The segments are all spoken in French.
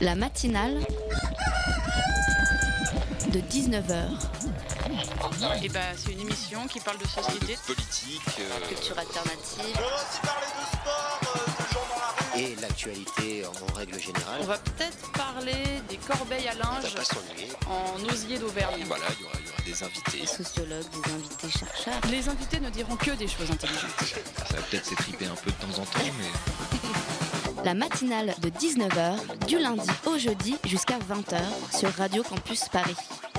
La matinale de 19h. Et c'est une émission qui parle de société, de politique, culture alternative. On va aussi parler de sport, de gens dans la rue. Et l'actualité en règle générale. On va peut-être parler des corbeilles à linge On va pas s'ennuyer. en osier d'Auvergne. voilà, il y aura des invités. Sociologues, des invités chercheurs. Les invités ne diront que des choses intelligentes. Ça va peut-être s'étriper un peu de temps en temps, mais... La matinale de 19h, du lundi au jeudi jusqu'à 20h sur Radio Campus Paris.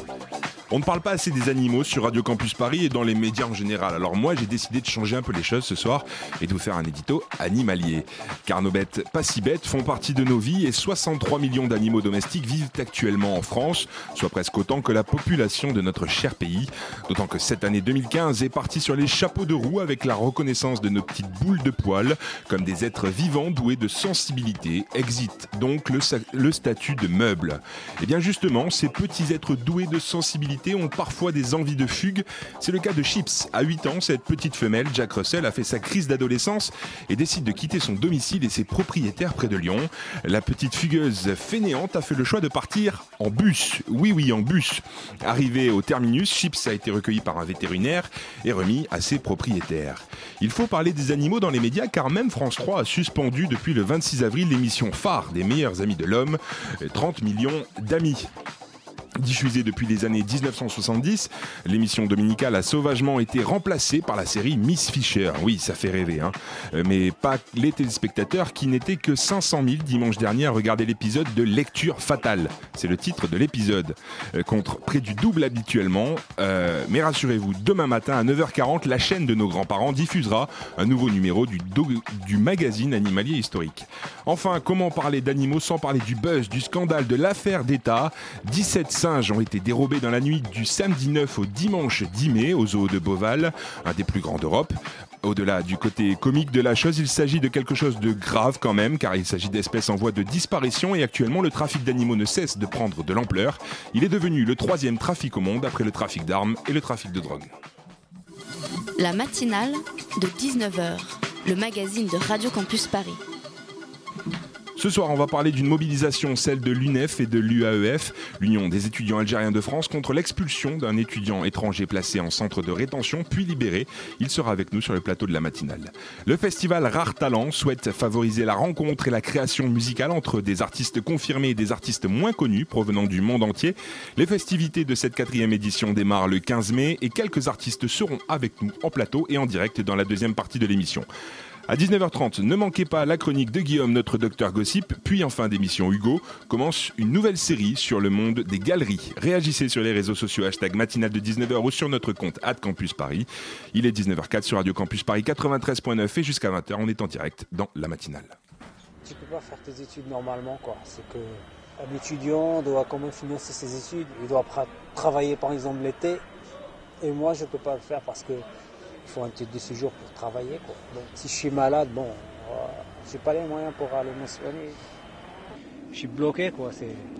On ne parle pas assez des animaux sur Radio Campus Paris et dans les médias en général. Alors moi, j'ai décidé de changer un peu les choses ce soir et de vous faire un édito animalier. Car nos bêtes pas si bêtes font partie de nos vies et 63 millions d'animaux domestiques vivent actuellement en France, soit presque autant que la population de notre cher pays. D'autant que cette année 2015 est partie sur les chapeaux de roue avec la reconnaissance de nos petites boules de poils comme des êtres vivants doués de sensibilité. Exit donc le statut de meuble. Et bien justement, ces petits êtres doués de sensibilité ont parfois des envies de fugue. C'est le cas de Chips. À 8 ans, cette petite femelle, Jack Russell, a fait sa crise d'adolescence et décide de quitter son domicile et ses propriétaires près de Lyon. La petite fugueuse fainéante a fait le choix de partir en bus. Oui, en bus. Arrivé au terminus, Chips a été recueilli par un vétérinaire et remis à ses propriétaires. Il faut parler des animaux dans les médias car même France 3 a suspendu depuis le 26 avril l'émission phare des meilleurs amis de l'homme, 30 millions d'amis. Diffusée depuis les années 1970, l'émission dominicale a sauvagement été remplacée par la série Miss Fisher. Oui, ça fait rêver, hein. Mais pas les téléspectateurs qui n'étaient que 500 000 dimanche dernier à regarder l'épisode de Lecture Fatale. C'est le titre de l'épisode, contre près du double habituellement. Mais rassurez-vous, demain matin à 9h40, la chaîne de nos grands-parents diffusera un nouveau numéro du magazine animalier historique. Enfin, comment parler d'animaux sans parler du buzz, du scandale, de l'affaire d'État ? 17 singes ont été dérobés dans la nuit du samedi 9 au dimanche 10 mai au zoo de Beauval, un des plus grands d'Europe. Au-delà du côté comique de la chose, il s'agit de quelque chose de grave quand même, car il s'agit d'espèces en voie de disparition et actuellement le trafic d'animaux ne cesse de prendre de l'ampleur. Il est devenu le 3e trafic au monde après le trafic d'armes et le trafic de drogue. La matinale de 19h, le magazine de Radio Campus Paris. Ce soir, on va parler d'une mobilisation, celle de l'UNEF et de l'UAEF, l'Union des étudiants algériens de France, contre l'expulsion d'un étudiant étranger placé en centre de rétention, puis libéré. Il sera avec nous sur le plateau de la matinale. Le festival Rare Talent souhaite favoriser la rencontre et la création musicale entre des artistes confirmés et des artistes moins connus provenant du monde entier. Les festivités de cette 4e édition démarrent le 15 mai et quelques artistes seront avec nous en plateau et en direct dans la deuxième partie de l'émission. À 19h30, ne manquez pas la chronique de Guillaume, notre docteur Gossip, puis en fin d'émission, Hugo commence une nouvelle série sur le monde des galeries. Réagissez sur les réseaux sociaux, #matinale de 19h ou sur notre compte @campusparis. Il est 19h04 sur Radio Campus Paris 93.9 et jusqu'à 20h, on est en direct dans la matinale. Tu peux pas faire tes études normalement, quoi. C'est que un étudiant doit quand même financer ses études. Il doit travailler par exemple l'été. Et moi, je peux pas le faire parce que il faut un titre de séjour pour travailler, quoi. Donc, si je suis malade, j'ai pas les moyens pour aller me soigner. Je suis bloqué, quoi.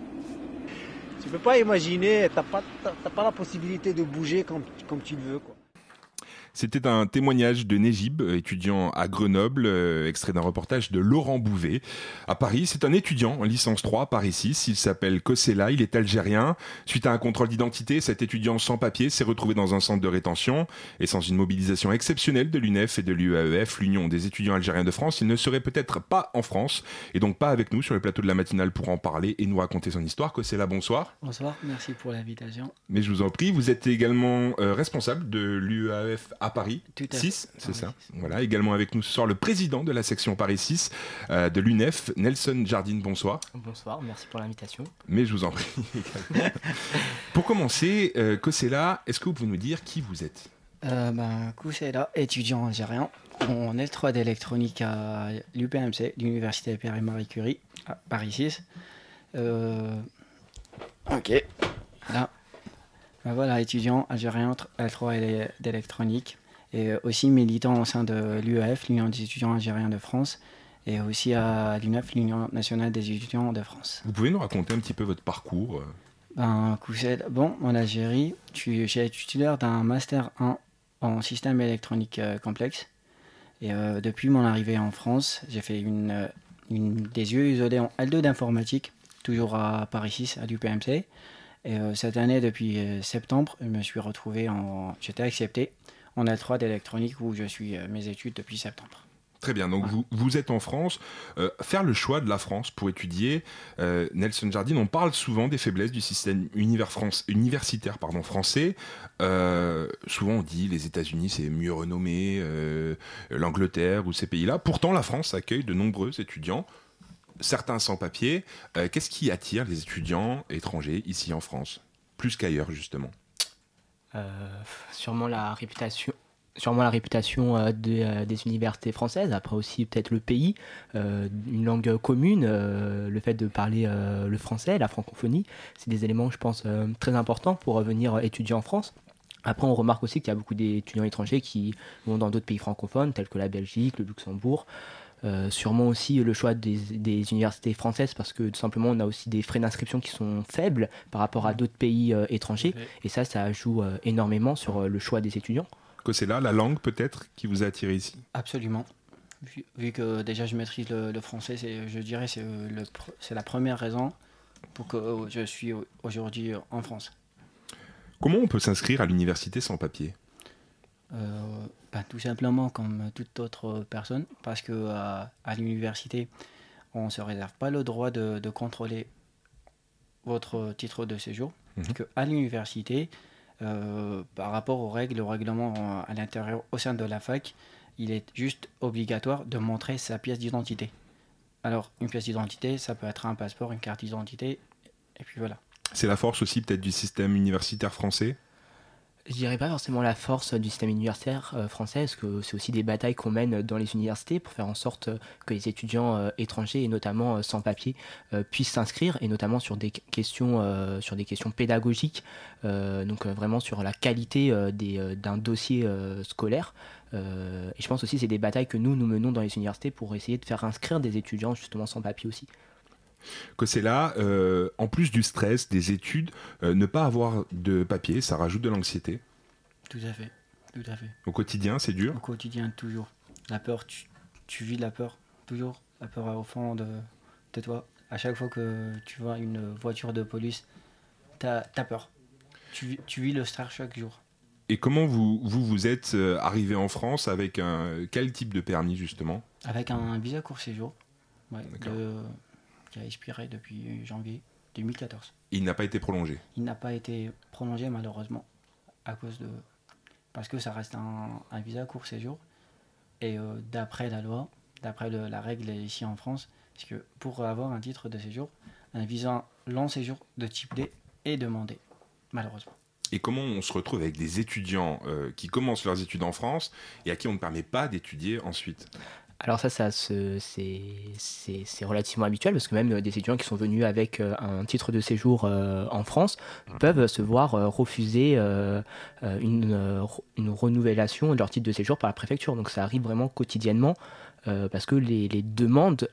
Tu peux pas imaginer, t'as pas la possibilité de bouger comme tu le veux, quoi. C'était un témoignage de Nejib, étudiant à Grenoble, extrait d'un reportage de Laurent Bouvet. À Paris, c'est un étudiant en licence 3, Paris 6. Il s'appelle Kossela, il est algérien. Suite à un contrôle d'identité, cet étudiant sans papier s'est retrouvé dans un centre de rétention. Et sans une mobilisation exceptionnelle de l'UNEF et de l'UAEF, l'Union des étudiants algériens de France, il ne serait peut-être pas en France. Et donc pas avec nous sur le plateau de la matinale pour en parler et nous raconter son histoire. Kossela, bonsoir. Bonsoir, merci pour l'invitation. Mais je vous en prie, vous êtes également responsable de l'UAEF à Paris Tout à 6, fait. c'est ça. Voilà, également avec nous ce soir le président de la section Paris 6 de l'UNEF, Nelson Jardine, bonsoir. Bonsoir, merci pour l'invitation. Mais je vous en prie également. Pour commencer, Kossela, est-ce que vous pouvez nous dire qui vous êtes ? Kossela, étudiant algérien en L3 d'électronique à l'UPMC, l'Université Pierre-Marie Curie, à Paris 6. Ok, là. Voilà, étudiant algérien L3 d'électronique et aussi militant au sein de l'UEF, l'Union des étudiants algériens de France, et aussi à l'UNEF, l'Union nationale des étudiants de France. Vous pouvez nous raconter un petit peu votre parcours ? En Algérie, j'ai été titulaire d'un Master 1 en système électronique complexe. Et depuis mon arrivée en France, j'ai fait des yeux isolés en L2 d'informatique toujours à Paris 6, à l'UPMC. Et cette année, depuis septembre, j'étais accepté en L3 d'électronique où je suis mes études depuis septembre. Très bien, donc vous êtes en France. Faire le choix de la France pour étudier, Nelson Jardine, on parle souvent des faiblesses du système universitaire français. Souvent on dit les États-Unis c'est mieux renommé, l'Angleterre ou ces pays-là. Pourtant la France accueille de nombreux étudiants, certains sans papier. Qu'est-ce qui attire les étudiants étrangers ici en France, plus qu'ailleurs justement ? Sûrement la réputation des universités françaises, après aussi peut-être le pays, une langue commune, le fait de parler le français, la francophonie, c'est des éléments, je pense, très importants pour venir étudier en France. Après, on remarque aussi qu'il y a beaucoup d'étudiants étrangers qui vont dans d'autres pays francophones, tels que la Belgique, le Luxembourg. Sûrement aussi le choix des universités françaises, parce que tout simplement, on a aussi des frais d'inscription qui sont faibles par rapport à d'autres pays étrangers. Et ça joue énormément sur le choix des étudiants. Que c'est là la langue peut-être qui vous a attiré ici ? Absolument. Vu que déjà je maîtrise le français, je dirais que c'est la première raison pour que je suis aujourd'hui en France. Comment on peut s'inscrire à l'université sans papier ? Tout simplement comme toute autre personne, parce que à l'université, on ne se réserve pas le droit de contrôler votre titre de séjour. Que à l'université, par rapport aux règles, au règlement à l'intérieur, au sein de la fac, il est juste obligatoire de montrer sa pièce d'identité. Alors, une pièce d'identité, ça peut être un passeport, une carte d'identité, et puis voilà. C'est la force aussi peut-être du système universitaire français ? Je dirais pas forcément la force du système universitaire français, parce que c'est aussi des batailles qu'on mène dans les universités pour faire en sorte que les étudiants étrangers, et notamment sans papier, puissent s'inscrire, et notamment sur des questions pédagogiques, donc vraiment sur la qualité d'un dossier scolaire. Et je pense aussi que c'est des batailles que nous menons dans les universités pour essayer de faire inscrire des étudiants justement sans papier aussi. Que c'est là, en plus du stress, des études, ne pas avoir de papier, ça rajoute de l'anxiété. Tout à fait. Au quotidien, c'est dur ? Au quotidien, toujours. La peur, tu vis la peur, toujours. La peur au fond de toi. À chaque fois que tu vois une voiture de police, t'as peur. Tu vis le stress chaque jour. Et comment vous êtes arrivé en France avec quel type de permis, justement ? Avec un visa court séjour. Ouais, qui a expiré depuis janvier 2014. Il n'a pas été prolongé ? Il n'a pas été prolongé malheureusement, parce que ça reste un visa court séjour. Et d'après la loi, d'après la règle ici en France, c'est que pour avoir un titre de séjour, un visa long séjour de type D est demandé, malheureusement. Et comment on se retrouve avec des étudiants qui commencent leurs études en France et à qui on ne permet pas d'étudier ensuite ? Alors c'est relativement habituel, parce que même des étudiants qui sont venus avec un titre de séjour en France peuvent se voir refuser une renouvelation de leur titre de séjour par la préfecture. Donc ça arrive vraiment quotidiennement, parce que les demandes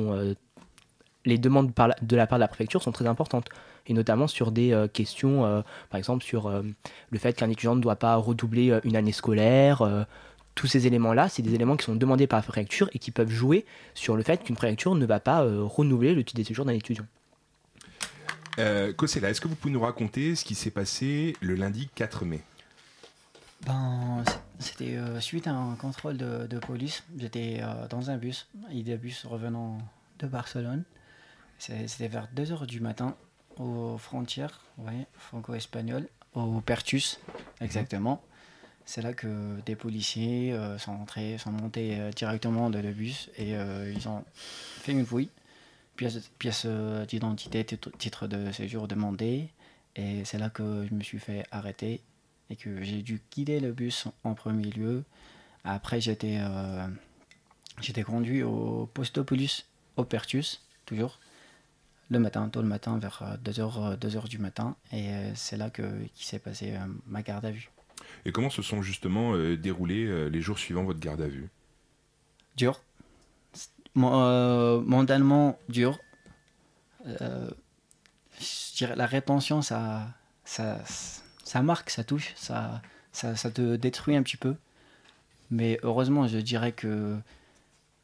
de la part de la préfecture sont très importantes, et notamment sur des questions, par exemple sur le fait qu'un étudiant ne doit pas redoubler une année scolaire. Tous ces éléments-là, c'est des éléments qui sont demandés par la préfecture et qui peuvent jouer sur le fait qu'une préfecture ne va pas renouveler le titre de séjour d'un étudiant. Kosela, est-ce que vous pouvez nous raconter ce qui s'est passé le lundi 4 mai ? C'était suite à un contrôle de police. J'étais dans un bus revenant de Barcelone. C'était vers 2h du matin, aux frontières franco-espagnoles, au Pertus, exactement. C'est là que des policiers sont montés directement de le bus et ils ont fait une fouille, pièce d'identité, titre de séjour demandé. Et c'est là que je me suis fait arrêter et que j'ai dû quitter le bus en premier lieu. Après, j'étais conduit au Postopolis, au Pertus, toujours, tôt le matin, vers 2h du matin. Et c'est là qu'il s'est passé ma garde à vue. Et comment se sont justement déroulés les jours suivant votre garde à vue ? Dur. Mentalement dur. Je dirais la rétention, ça marque, ça touche, ça te détruit un petit peu. Mais heureusement, je dirais que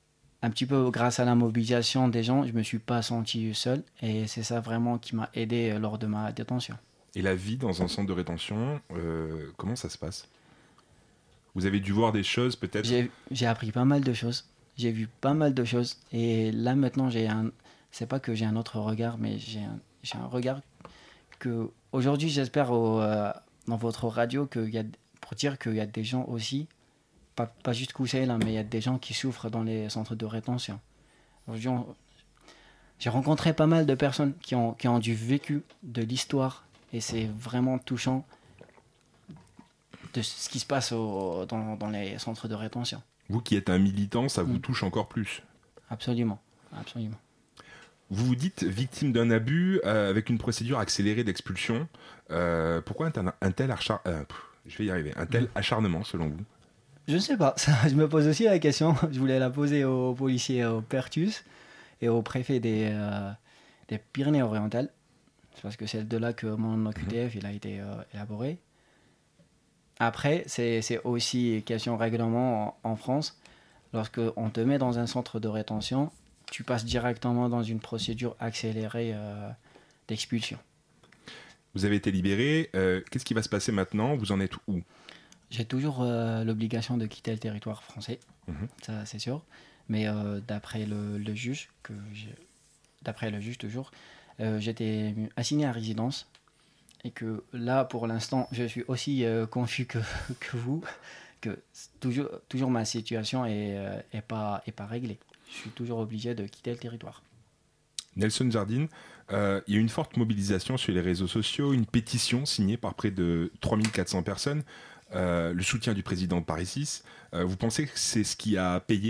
un petit peu grâce à la mobilisation des gens, je ne me suis pas senti seul. Et c'est ça vraiment qui m'a aidé lors de ma détention. Et la vie dans un centre de rétention, comment ça se passe ? Vous avez dû voir des choses peut-être ? J'ai appris pas mal de choses. J'ai vu pas mal de choses. Et là maintenant, c'est pas que j'ai un autre regard, mais j'ai un regard que... Aujourd'hui, j'espère dans votre radio pour dire qu'il y a des gens aussi, pas juste couchés là, mais il y a des gens qui souffrent dans les centres de rétention. Aujourd'hui, j'ai rencontré pas mal de personnes qui ont du vécu, de l'histoire, et c'est vraiment touchant de ce qui se passe dans les centres de rétention. Vous qui êtes un militant, ça vous touche encore plus ? Absolument, absolument. Vous vous dites victime d'un abus avec une procédure accélérée d'expulsion. Pourquoi un tel acharnement selon vous ? Je ne sais pas, je me pose aussi la question. Je voulais la poser aux policiers au Pertus et au préfet des Pyrénées-Orientales. C'est parce que c'est de là que mon OQTF il a été élaboré. Après, c'est aussi question règlement en France. Lorsqu'on te met dans un centre de rétention, tu passes directement dans une procédure accélérée d'expulsion. Vous avez été libéré. Qu'est-ce qui va se passer maintenant ? Vous en êtes où ? J'ai toujours l'obligation de quitter le territoire français, ça c'est sûr. Mais d'après le juge, toujours, j'étais assigné à résidence. Et que là, pour l'instant, je suis aussi confus que vous, que toujours ma situation est pas réglée. Je suis toujours obligé de quitter le territoire. Nelson Jardine, il y a une forte mobilisation sur les réseaux sociaux, une pétition signée par près de 3400 personnes, le soutien du président de Paris 6. Vous pensez que c'est ce qui a payé ?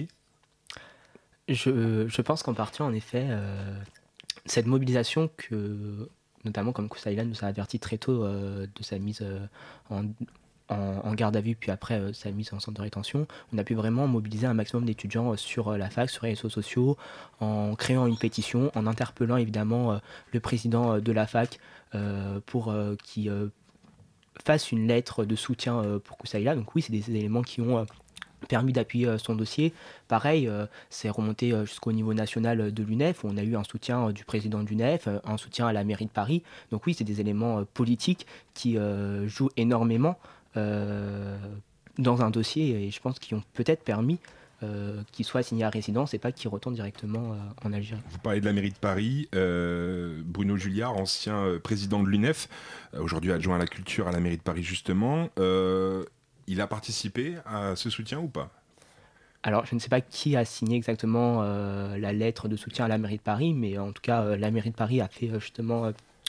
Je pense qu'en partie, en effet, cette mobilisation notamment comme Koussaïla nous a averti très tôt de sa mise en garde à vue, puis après sa mise en centre de rétention, on a pu vraiment mobiliser un maximum d'étudiants sur la fac, sur les réseaux sociaux, en créant une pétition, en interpellant évidemment le président de la fac pour qu'il fasse une lettre de soutien pour Koussaïla. Donc oui, c'est des éléments qui ont permis d'appuyer son dossier. Pareil, c'est remonté jusqu'au niveau national de l'UNEF, où on a eu un soutien du président de l'UNEF, un soutien à la mairie de Paris. Donc oui, c'est des éléments politiques qui jouent énormément dans un dossier, et je pense qu'ils ont peut-être permis qu'il soit assigné à résidence et pas qu'il retourne directement en Algérie. Vous parlez de la mairie de Paris, Bruno Julliard, ancien président de l'UNEF, aujourd'hui adjoint à la culture à la mairie de Paris justement, il a participé à ce soutien ou pas ? Alors, je ne sais pas qui a signé exactement la lettre de soutien à la mairie de Paris, mais en tout cas, la mairie de Paris a fait justement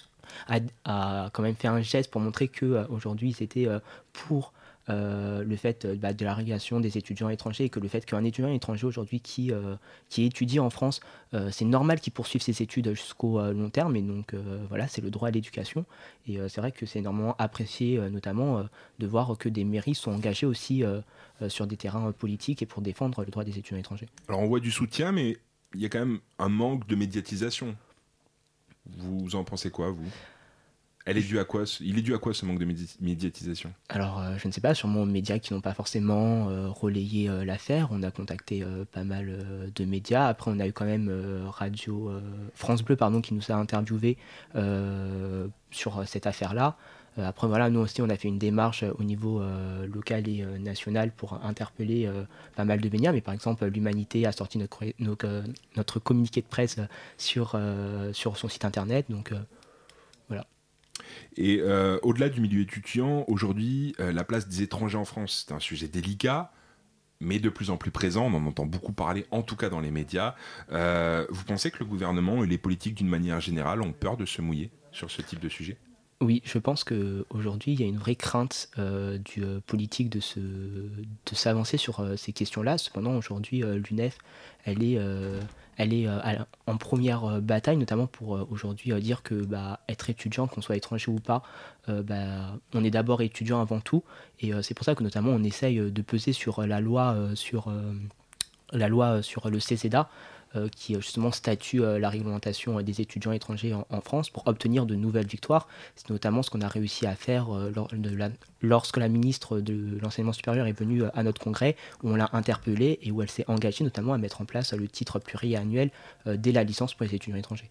a quand même fait un geste pour montrer qu'aujourd'hui, ils étaient pour le fait de la régulation des étudiants étrangers, et que le fait qu'un étudiant étranger aujourd'hui qui étudie en France, c'est normal qu'il poursuive ses études jusqu'au long terme, et donc voilà, c'est le droit à l'éducation. Et c'est vrai que c'est énormément apprécié, notamment de voir que des mairies sont engagées aussi sur des terrains politiques et pour défendre le droit des étudiants étrangers. Alors on voit du soutien, mais il y a quand même un manque de médiatisation. Vous en pensez quoi, vous ? Il est dû à quoi ce manque de médiatisation ? Alors, je ne sais pas, sûrement aux médias qui n'ont pas forcément relayé l'affaire. On a contacté pas mal de médias. Après, on a eu quand même France Bleu, qui nous a interviewés sur cette affaire-là. Après, voilà, nous aussi, on a fait une démarche au niveau local et national pour interpeller pas mal de médias. Mais par exemple, l'Humanité a sorti notre communiqué de presse sur son site internet. Donc, voilà. Et au-delà du milieu étudiant, aujourd'hui, la place des étrangers en France, c'est un sujet délicat, mais de plus en plus présent. On en entend beaucoup parler, en tout cas dans les médias. Vous pensez que le gouvernement et les politiques, d'une manière générale, ont peur de se mouiller sur ce type de sujet ? Oui, je pense qu'aujourd'hui, il y a une vraie crainte du politique de s'avancer sur ces questions-là. Cependant, aujourd'hui, l'UNEF, elle est en première bataille, notamment pour aujourd'hui dire que être étudiant, qu'on soit étranger ou pas, on est d'abord étudiant avant tout. Et c'est pour ça que notamment on essaye de peser sur la loi sur le CESEDA, qui justement statue la réglementation des étudiants étrangers en France pour obtenir de nouvelles victoires. C'est notamment ce qu'on a réussi à faire lorsque la ministre de l'enseignement supérieur est venue à notre congrès, où on l'a interpellée et où elle s'est engagée notamment à mettre en place le titre pluriannuel dès la licence pour les étudiants étrangers.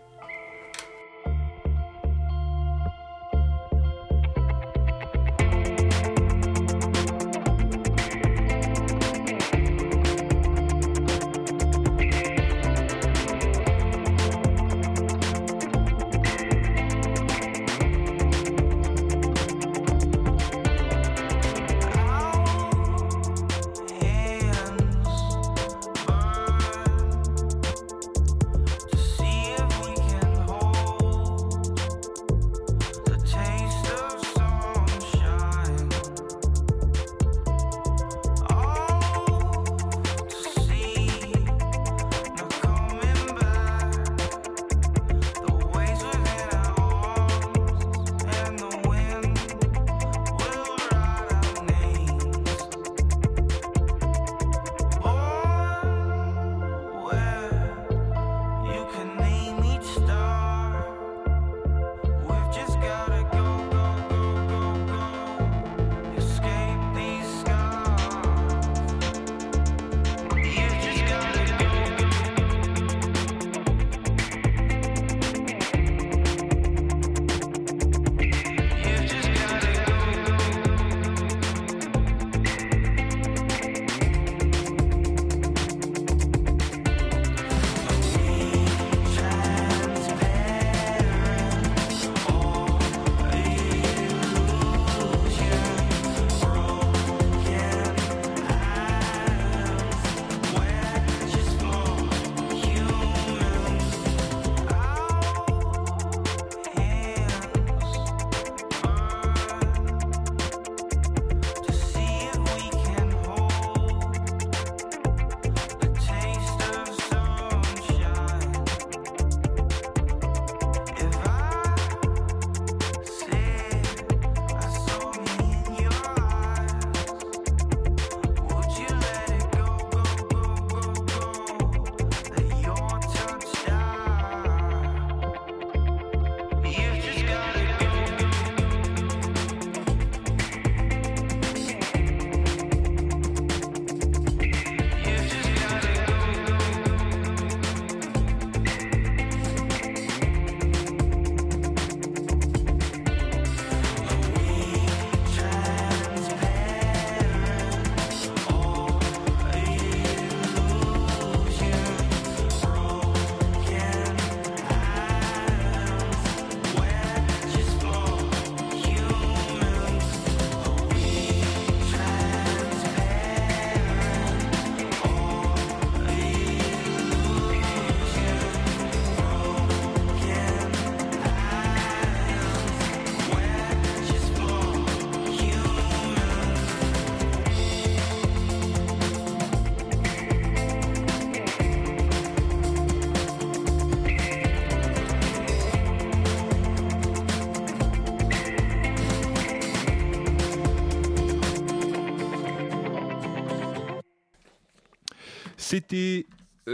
C'était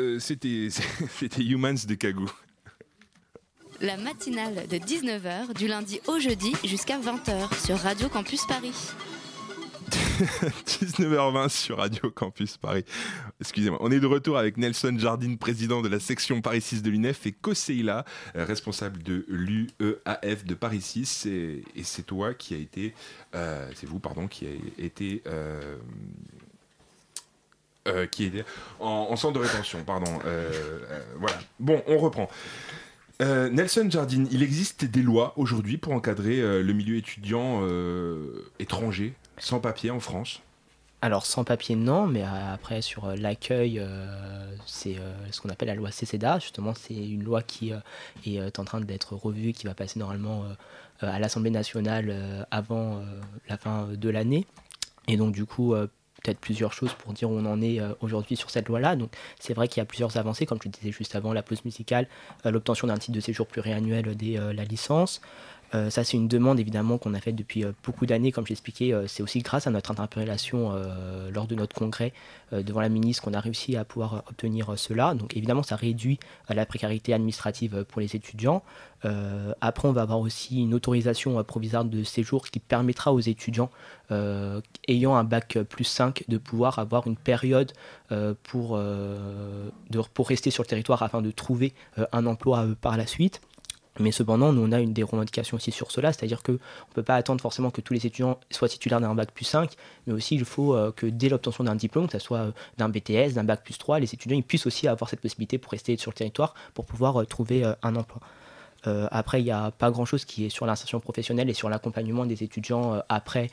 Humans de Kagou. La matinale de 19h du lundi au jeudi jusqu'à 20h sur Radio Campus Paris. 19h20 sur Radio Campus Paris. Excusez-moi. On est de retour avec Nelson Jardine, président de la section Paris 6 de l'UNEF, et Koseila, responsable de l'UEAF de Paris 6. Et c'est toi qui a été... c'est vous, pardon, qui a été... qui est en centre de rétention, pardon. Voilà. Bon, on reprend. Nelson Jardine, il existe des lois aujourd'hui pour encadrer le milieu étudiant étranger, sans papier en France ? Alors sans papier non, mais après sur l'accueil, c'est ce qu'on appelle la loi CESEDA. Justement, c'est une loi qui est en train d'être revue, qui va passer normalement à l'Assemblée nationale avant la fin de l'année. Et donc du coup... peut-être plusieurs choses pour dire où on en est aujourd'hui sur cette loi-là. Donc, c'est vrai qu'il y a plusieurs avancées, comme je le disais juste avant, la pause musicale, l'obtention d'un titre de séjour pluriannuel dès la licence, Ça, c'est une demande évidemment qu'on a faite depuis beaucoup d'années. Comme je l'expliquais, c'est aussi grâce à notre interpellation lors de notre congrès devant la ministre qu'on a réussi à pouvoir obtenir cela. Donc évidemment, ça réduit la précarité administrative pour les étudiants. Après, on va avoir aussi une autorisation provisoire de séjour qui permettra aux étudiants ayant un bac plus 5 de pouvoir avoir une période pour rester sur le territoire afin de trouver un emploi par la suite. Mais cependant, nous, on a des revendications aussi sur cela, c'est-à-dire qu'on ne peut pas attendre forcément que tous les étudiants soient titulaires d'un bac plus 5, mais aussi il faut que dès l'obtention d'un diplôme, que ce soit d'un BTS, d'un bac plus 3, les étudiants ils puissent aussi avoir cette possibilité pour rester sur le territoire, pour pouvoir trouver un emploi. Après, il n'y a pas grand-chose qui est sur l'insertion professionnelle et sur l'accompagnement des étudiants après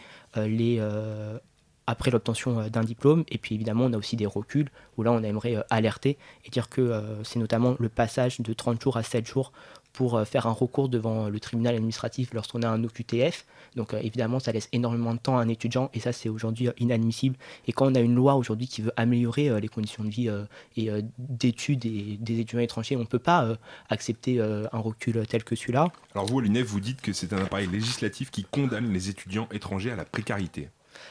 l'obtention d'un diplôme. Et puis évidemment, on a aussi des reculs où là, on aimerait alerter et dire que c'est notamment le passage de 30 jours à 7 jours pour faire un recours devant le tribunal administratif lorsqu'on a un OQTF. Donc évidemment, ça laisse énormément de temps à un étudiant et ça, c'est aujourd'hui inadmissible. Et quand on a une loi aujourd'hui qui veut améliorer les conditions de vie et d'études des étudiants étrangers, on ne peut pas accepter un recul tel que celui-là. Alors vous, à l'UNEF, vous dites que c'est un appareil législatif qui condamne les étudiants étrangers à la précarité.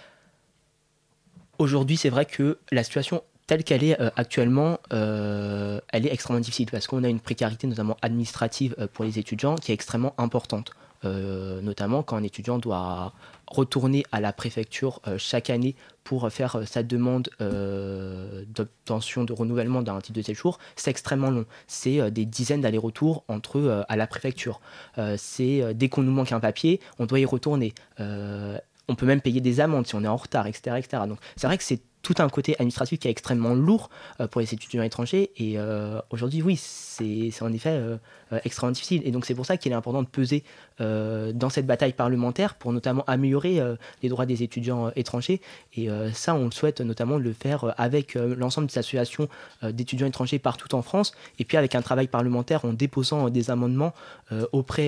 Aujourd'hui, c'est vrai que la situation telle qu'elle est actuellement, elle est extrêmement difficile parce qu'on a une précarité notamment administrative pour les étudiants qui est extrêmement importante. Notamment quand un étudiant doit retourner à la préfecture chaque année pour faire sa demande d'obtention de renouvellement d'un titre de séjour, c'est extrêmement long. C'est des dizaines d'allers-retours entre eux à la préfecture. Dès qu'on nous manque un papier, on doit y retourner. On peut même payer des amendes si on est en retard, etc., etc. Donc c'est vrai que c'est tout un côté administratif qui est extrêmement lourd pour les étudiants étrangers. Et aujourd'hui, oui, c'est en effet extrêmement difficile. Et donc c'est pour ça qu'il est important de peser dans cette bataille parlementaire pour notamment améliorer les droits des étudiants étrangers. Et ça, on souhaite notamment le faire avec l'ensemble des associations d'étudiants étrangers partout en France. Et puis avec un travail parlementaire en déposant des amendements auprès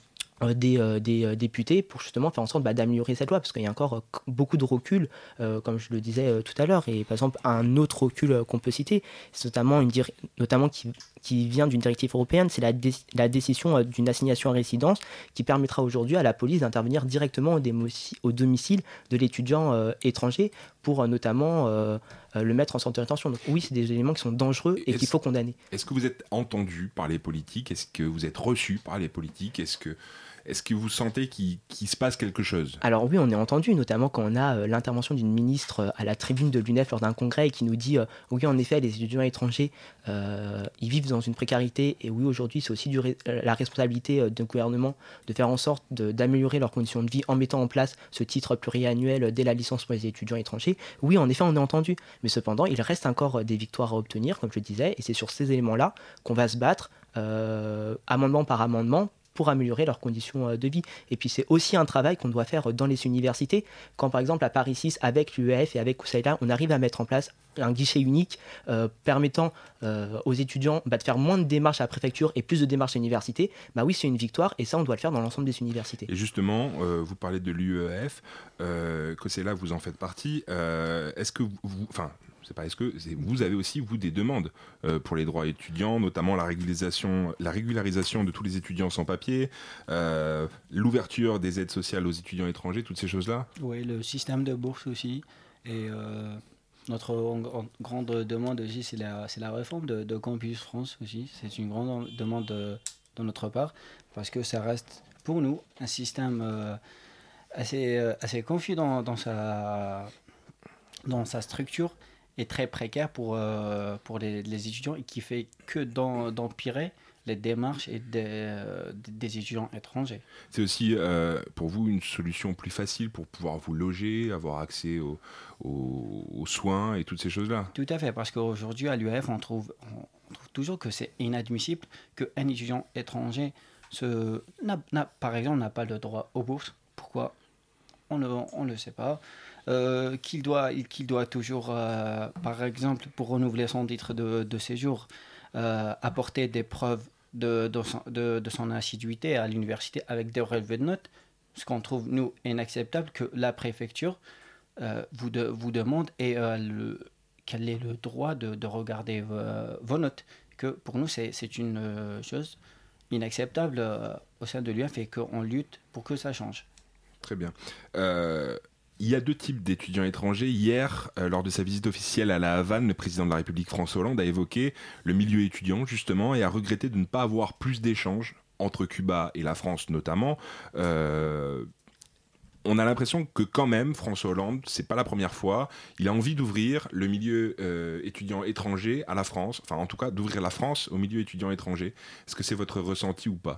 des députés pour justement faire en sorte d'améliorer cette loi parce qu'il y a encore beaucoup de recul comme je le disais tout à l'heure. Et par exemple un autre recul qu'on peut citer, c'est notamment qui vient d'une directive européenne, c'est la décision d'une assignation à résidence qui permettra aujourd'hui à la police d'intervenir directement au domicile de l'étudiant étranger pour notamment le mettre en centre de rétention. Donc oui, c'est des éléments qui sont dangereux et qu'il faut condamner. Est-ce que vous êtes entendu par les politiques ? Est-ce que vous êtes reçu par les politiques ? Est-ce que vous sentez qu'il se passe quelque chose ? Alors oui, on est entendu, notamment quand on a l'intervention d'une ministre à la tribune de l'UNEF lors d'un congrès et qui nous dit oui, en effet, les étudiants étrangers, ils vivent dans une précarité et oui, aujourd'hui, c'est aussi la responsabilité du gouvernement de faire en sorte d'améliorer leurs conditions de vie en mettant en place ce titre pluriannuel dès la licence pour les étudiants étrangers. Oui, en effet, on est entendu, mais cependant, il reste encore des victoires à obtenir, comme je le disais, et c'est sur ces éléments-là qu'on va se battre, amendement par amendement, pour améliorer leurs conditions de vie. Et puis c'est aussi un travail qu'on doit faire dans les universités. Quand par exemple à Paris 6, avec l'UEF et avec Koussaïla, on arrive à mettre en place un guichet unique permettant aux étudiants de faire moins de démarches à la préfecture et plus de démarches à l'université, oui, c'est une victoire et ça, on doit le faire dans l'ensemble des universités. Et justement, vous parlez de l'UEF, Koussaïla, vous en faites partie. Est-ce que vous avez aussi, vous, des demandes pour les droits étudiants, notamment la régularisation de tous les étudiants sans papier, l'ouverture des aides sociales aux étudiants étrangers, toutes ces choses-là ? Oui, le système de bourse aussi. Et notre grande demande aussi, c'est la réforme de Campus France aussi. C'est une grande demande de notre part, parce que ça reste, pour nous, un système assez confus dans sa structure, est très précaire pour les étudiants et qui fait que d'empirer les démarches des étudiants étrangers. C'est aussi pour vous une solution plus facile pour pouvoir vous loger, avoir accès aux soins et toutes ces choses-là ? Tout à fait, parce qu'aujourd'hui à l'UEF on trouve toujours que c'est inadmissible qu'un étudiant étranger par exemple n'a pas le droit aux bourses. Pourquoi ? On ne le sait pas. Qu'il doit toujours, par exemple, pour renouveler son titre de séjour, apporter des preuves de son assiduité à l'université avec des relevés de notes, ce qu'on trouve, nous, inacceptable que la préfecture vous demande et quel est le droit de regarder vos notes. Que pour nous, c'est une chose inacceptable au sein de l'UEF et qu'on lutte pour que ça change. Très bien. Il y a 2 types d'étudiants étrangers. Hier, lors de sa visite officielle à la Havane, le président de la République François Hollande a évoqué le milieu étudiant justement et a regretté de ne pas avoir plus d'échanges entre Cuba et la France notamment. On a l'impression que quand même, François Hollande, c'est pas la première fois, il a envie d'ouvrir le milieu étudiant étranger à la France, enfin en tout cas d'ouvrir la France au milieu étudiant étranger. Est-ce que c'est votre ressenti ou pas ?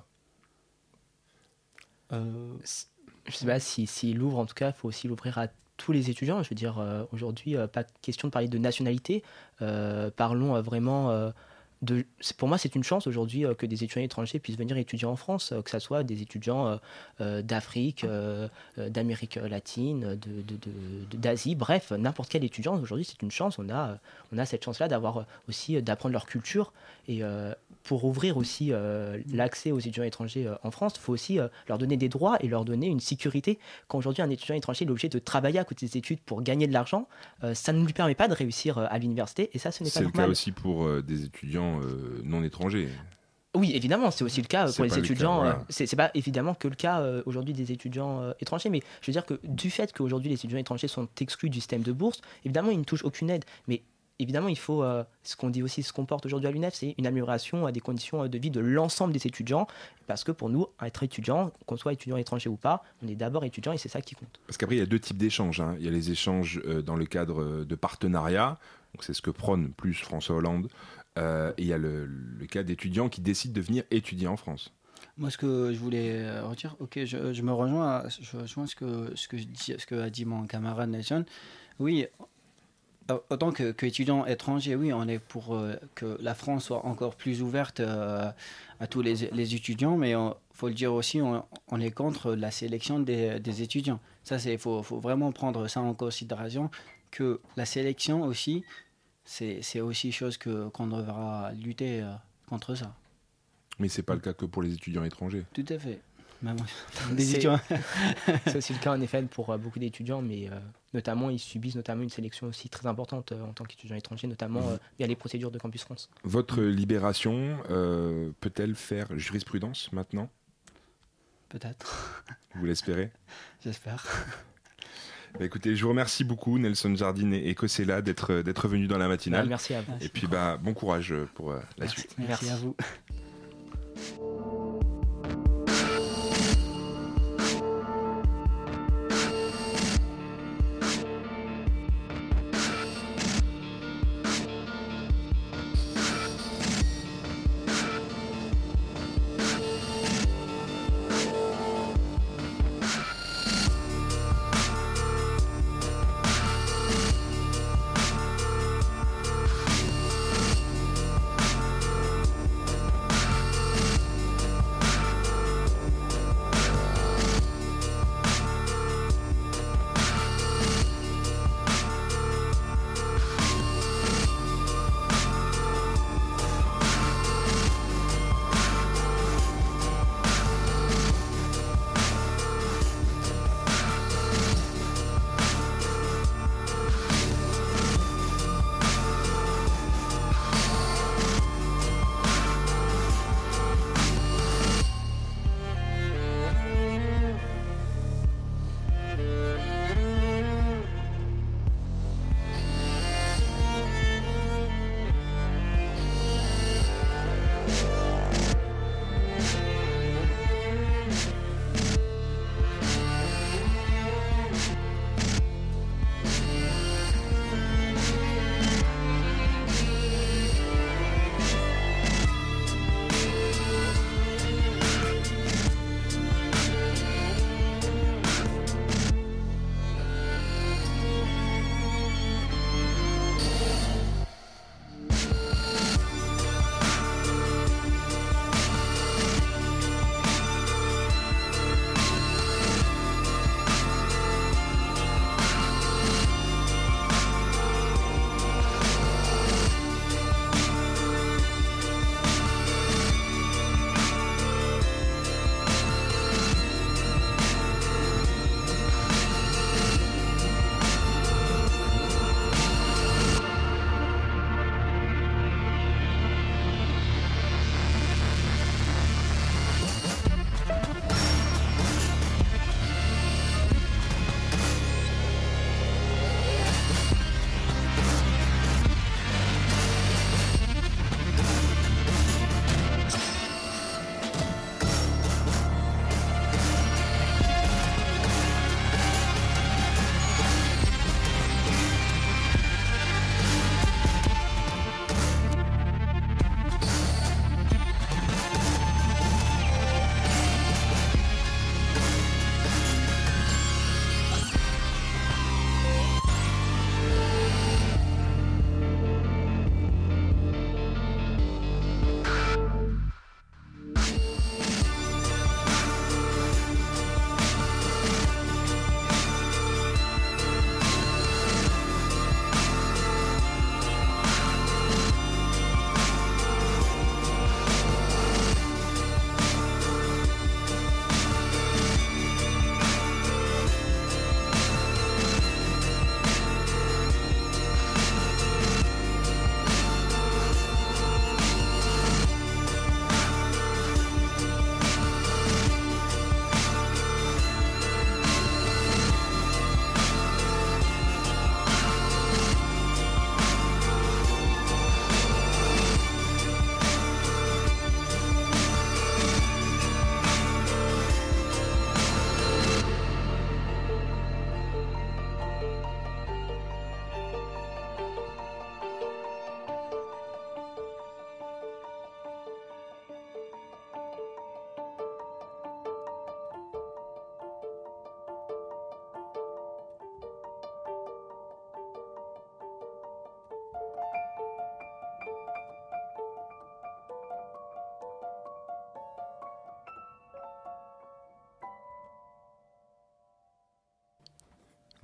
Je sais pas s'il l'ouvre, en tout cas, il faut aussi l'ouvrir à tous les étudiants. Je veux dire, aujourd'hui, pas question de parler de nationalité. Parlons vraiment pour moi, c'est une chance aujourd'hui que des étudiants étrangers puissent venir étudier en France, que ce soit des étudiants d'Afrique, d'Amérique latine, d'Asie, bref, n'importe quel étudiant. Aujourd'hui, c'est une chance. On a cette chance-là d'apprendre leur culture. Et pour ouvrir aussi l'accès aux étudiants étrangers en France, il faut aussi leur donner des droits et leur donner une sécurité. Quand aujourd'hui un étudiant étranger est obligé de travailler à côté des études pour gagner de l'argent, ça ne lui permet pas de réussir à l'université et ça, ce n'est pas normal. C'est le cas aussi pour des étudiants non étrangers. Oui, évidemment, c'est aussi le cas pour les étudiants. Voilà. C'est pas évidemment que le cas aujourd'hui des étudiants étrangers, mais je veux dire que du fait qu'aujourd'hui les étudiants étrangers sont exclus du système de bourse, évidemment, ils ne touchent aucune aide. Mais évidemment, il faut, ce qu'on dit aussi, ce qu'on porte aujourd'hui à l'UNEF, c'est une amélioration des conditions de vie de l'ensemble des étudiants. Parce que pour nous, être étudiant, qu'on soit étudiant étranger ou pas, on est d'abord étudiant et c'est ça qui compte. Parce qu'après, il y a 2 types d'échanges. Il y a les échanges dans le cadre de partenariats, donc c'est ce que prône plus François Hollande. Et il y a le cas d'étudiants qui décident de venir étudier en France. Moi, ce que je voulais redire, je me rejoins à ce que a dit mon camarade Nelson. Oui, autant qu'étudiant étranger, oui, on est pour que la France soit encore plus ouverte à tous les étudiants, mais il faut le dire aussi, on est contre la sélection des étudiants. Ça, faut vraiment prendre ça en considération, que la sélection aussi, c'est aussi chose qu'on devra lutter contre ça. Mais c'est pas le cas que pour les étudiants étrangers. Tout à fait. C'est aussi le cas en effet pour beaucoup d'étudiants, mais notamment ils subissent une sélection aussi très importante en tant qu'étudiants étrangers, notamment via les procédures de Campus France. Votre libération peut-elle faire jurisprudence maintenant ? Peut-être. Vous l'espérez ? J'espère. Bah écoutez, je vous remercie beaucoup Nelson Jardine et Kosela d'être venus dans la matinale. Merci à vous. Et puis bon courage pour la suite. Merci à vous.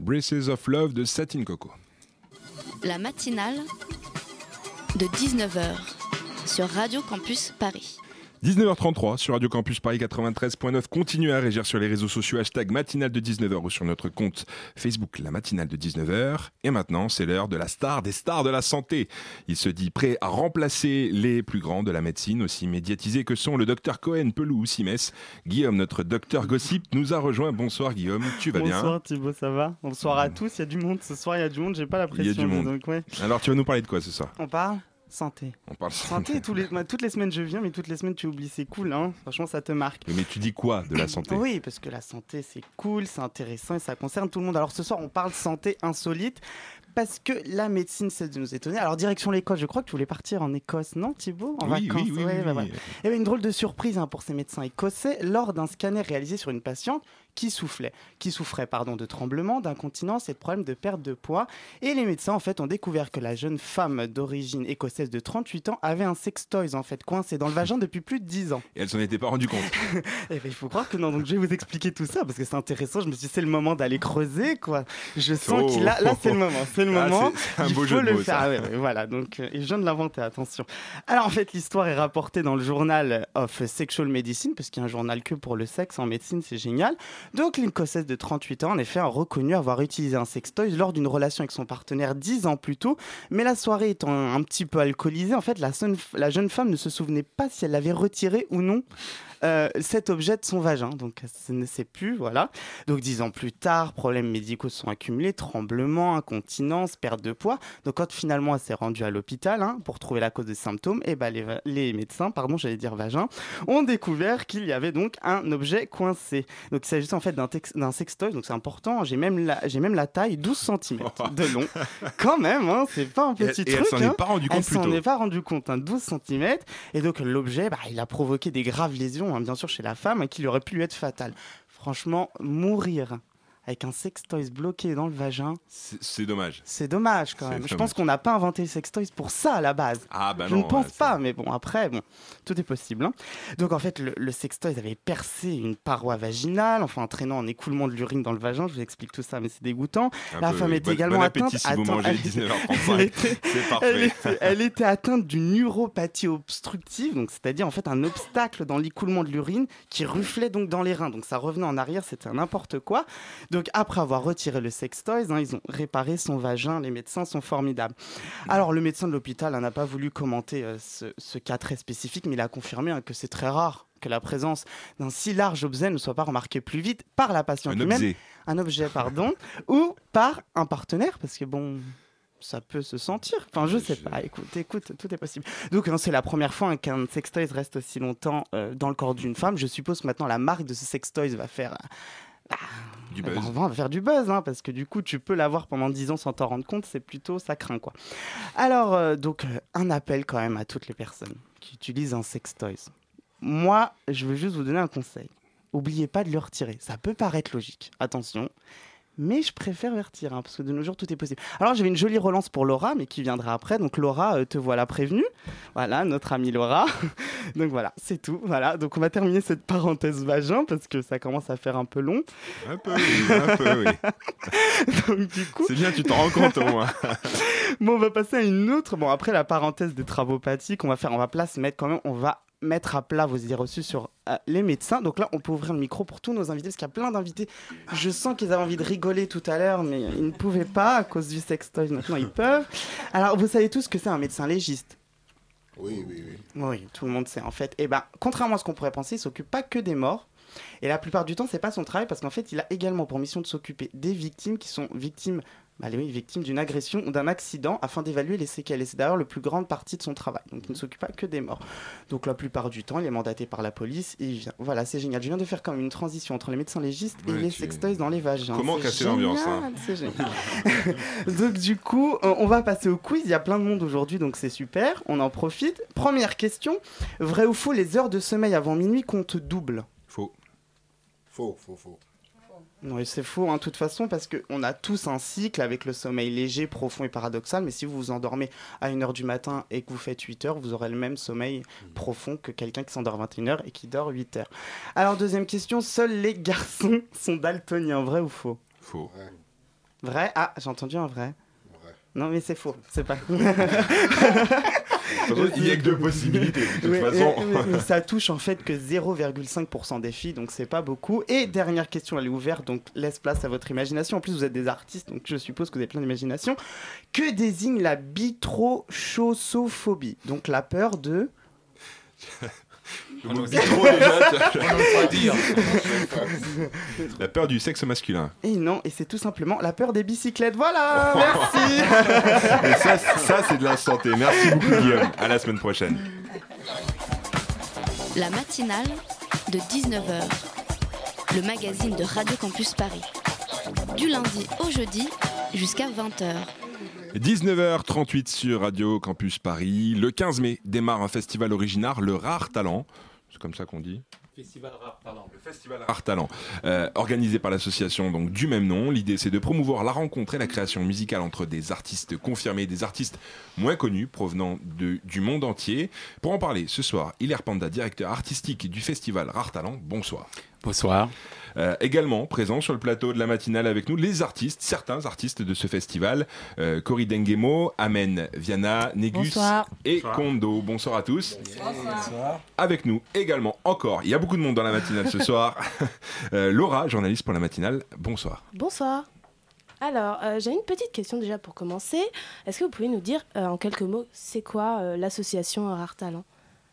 Braces of Love de Satin Coco. La matinale de 19h sur Radio Campus Paris. 19h33 sur Radio Campus Paris 93.9. Continuez à réagir sur les réseaux sociaux #matinale de 19h ou sur notre compte Facebook La Matinale de 19h. Et maintenant, c'est l'heure de la star des stars de la santé. Il se dit prêt à remplacer les plus grands de la médecine, aussi médiatisés que sont le docteur Cohen, Pelou ou Simès. Guillaume, notre docteur Gossip, nous a rejoint. Bonsoir Guillaume, tu vas bien? Bonsoir Thibaut, ça va? Bonsoir à tous, il y a du monde ce soir, il y a du monde, j'ai pas la pression. Il y a du monde. Donc, ouais. Alors tu vas nous parler de quoi ce soir? On parle santé. On parle santé. Toutes les semaines je viens, mais toutes les semaines tu oublies, c'est cool, hein. Franchement ça te marque. Mais tu dis quoi de la santé? Oui, parce que la santé c'est cool, c'est intéressant et ça concerne tout le monde. Alors ce soir on parle santé insolite. Parce que la médecine, c'est de nous étonner. Alors, direction l'Écosse, je crois que tu voulais partir en Écosse, non Thibaut? En vacances. Oui. Voilà. Il y avait une drôle de surprise pour ces médecins écossais lors d'un scanner réalisé sur une patiente qui souffrait de tremblements, d'incontinence et de problèmes de perte de poids. Et les médecins, en fait, ont découvert que la jeune femme d'origine écossaise de 38 ans avait un sextoys, en fait, coincé dans le vagin depuis plus de 10 ans. Et elle s'en était pas rendue compte. Eh ben, il faut croire que non. Donc, je vais vous expliquer tout ça parce que c'est intéressant. Je me suis dit, c'est le moment d'aller creuser, quoi. Je sens qu'il là, c'est le moment. C'est le moment. C'est un beau jeu de mots, ça. Ah ouais, voilà. Donc, et je viens de l'inventer, attention. Alors, en fait, l'histoire est rapportée dans le Journal of Sexual Medicine, parce qu'il y a un journal que pour le sexe en médecine, c'est génial. Donc, l'Écossaise de 38 ans, en effet, a reconnu avoir utilisé un sextoy lors d'une relation avec son partenaire 10 ans plus tôt. Mais la soirée étant un petit peu alcoolisée, en fait, la jeune femme ne se souvenait pas si elle l'avait retiré ou non. Cet objet de son vagin, donc elle ne sait plus, voilà. Donc 10 ans plus tard, problèmes médicaux se sont accumulés, tremblements, incontinence, perte de poids. Donc quand finalement elle s'est rendue à l'hôpital pour trouver la cause des symptômes, et les médecins, vagin, ont découvert qu'il y avait donc un objet coincé. Donc il s'agissait en fait d'un sextoy, donc c'est important. J'ai même la taille 12 cm de long, quand même. C'est pas un petit truc. Elle s'en est pas rendue compte plus tôt. Elle s'en est pas rendue compte, 12 cm. Et donc l'objet, il a provoqué des graves lésions. Bien sûr chez la femme, qui lui aurait pu lui être fatale. Franchement, mourir avec un sextoys bloqué dans le vagin, c'est dommage. C'est dommage quand même. Je pense qu'on n'a pas inventé le sextoys pour ça à la base. Je ne pense pas, mais bon, après, tout est possible. Donc en fait, le sextoys avait percé une paroi vaginale, entraînant un écoulement de l'urine dans le vagin. Je vous explique tout ça, mais c'est dégoûtant. La femme était également atteinte. Si vous mangez 19h35, c'est parfait. Elle était atteinte d'une uropathie obstructive, donc c'est-à-dire en fait un obstacle dans l'écoulement de l'urine qui ruflait donc dans les reins. Donc ça revenait en arrière, c'était n'importe quoi. Donc après avoir retiré le sextoys, ils ont réparé son vagin. Les médecins sont formidables. Alors le médecin de l'hôpital n'a pas voulu commenter ce cas très spécifique, mais il a confirmé que c'est très rare que la présence d'un si large objet ne soit pas remarquée plus vite par la patiente elle-même. Un objet, ou par un partenaire, parce que ça peut se sentir. Je sais pas. Écoute, tout est possible. Donc, c'est la première fois qu'un sextoy reste aussi longtemps dans le corps d'une femme. Je suppose que maintenant, la marque de ce sextoy va faire... du buzz. On va faire du buzz, parce que du coup, tu peux l'avoir pendant 10 ans sans t'en rendre compte. C'est plutôt... ça craint, quoi. Alors, un appel quand même à toutes les personnes qui utilisent un sextoy. Moi, je veux juste vous donner un conseil. Oubliez pas de le retirer. Ça peut paraître logique. Attention. Mais je préfère le retirer, parce que de nos jours, tout est possible. Alors, j'avais une jolie relance pour Laura, mais qui viendra après. Donc, Laura, te voilà prévenue. Voilà, notre amie Laura. Donc, voilà, c'est tout. Voilà, donc on va terminer cette parenthèse vagin, parce que ça commence à faire un peu long. Un peu, oui. Donc, du coup... C'est bien, tu t'en rends compte au moins. On va passer à une autre. Après la parenthèse des travaux pratiques, on va mettre à plat vos idées reçues sur les médecins. Donc là, on peut ouvrir le micro pour tous nos invités, parce qu'il y a plein d'invités. Je sens qu'ils avaient envie de rigoler tout à l'heure, mais ils ne pouvaient pas à cause du sextoy. Maintenant, ils peuvent. Alors, vous savez tous ce que c'est un médecin légiste? Oui. Oui, tout le monde sait en fait. Contrairement à ce qu'on pourrait penser, il ne s'occupe pas que des morts. Et la plupart du temps, c'est pas son travail, parce qu'en fait, il a également pour mission de s'occuper des victimes qui sont victimes d'une agression ou d'un accident, afin d'évaluer les séquelles. Et c'est d'ailleurs la plus grande partie de son travail. Donc il ne s'occupe pas que des morts. Donc la plupart du temps, il est mandaté par la police et il vient. Voilà, c'est génial. Je viens de faire comme une transition entre les médecins légistes et les sextoys dans les vagins. Comment casser l'ambiance, C'est génial. Donc du coup, on va passer au quiz. Il y a plein de monde aujourd'hui, donc c'est super. On en profite. Première question. Vrai ou faux, les heures de sommeil avant minuit comptent double? Faux. Faux. Oui, c'est faux, de toute façon, parce qu'on a tous un cycle avec le sommeil léger, profond et paradoxal, mais si vous vous endormez à 1h du matin et que vous faites 8 heures, vous aurez le même sommeil profond que quelqu'un qui s'endort à 21h et qui dort 8 heures. Alors, deuxième question, seuls les garçons sont daltoniens, vrai ou faux? Faux. Vrai? Ah, j'ai entendu un vrai. Non, mais c'est faux. C'est pas. Il n'y a que deux possibilités, de toute façon. Mais ça touche en fait que 0,5% des filles, donc c'est pas beaucoup. Et dernière question, elle est ouverte, donc laisse place à votre imagination. En plus, vous êtes des artistes, donc je suppose que vous avez plein d'imagination. Que désigne la bitrochossophobie? Donc la peur de... On pas dire. La peur du sexe masculin. Et non, et c'est tout simplement la peur des bicyclettes. Voilà, merci. Et ça c'est de la santé. Merci beaucoup Guillaume. À la semaine prochaine. La matinale de 19h. Le magazine de Radio Campus Paris. Du lundi au jeudi jusqu'à 20h. 19h38 sur Radio Campus Paris. Le 15 mai démarre un festival original, le Rare Talent. C'est comme ça qu'on dit. Festival Rare Talent. Le Festival Rare Talent, organisé par l'association donc, du même nom. L'idée, c'est de promouvoir la rencontre et la création musicale entre des artistes confirmés et des artistes moins connus provenant du monde entier. Pour en parler ce soir, Hilaire Panda, directeur artistique du Festival Rare Talent. Bonsoir. Bonsoir. Également présent sur le plateau de la matinale avec nous les artistes, certains artistes de ce festival, Cory Dengemo, Amen Viana, Négus et Kondo. Bonsoir à tous. Bonsoir. Avec nous également encore, il y a beaucoup de monde dans la matinale ce soir, Laura, journaliste pour la matinale. Bonsoir. Bonsoir. Alors, j'ai une petite question déjà pour commencer. Est-ce que vous pouvez nous dire en quelques mots, c'est quoi l'association Rare Talent?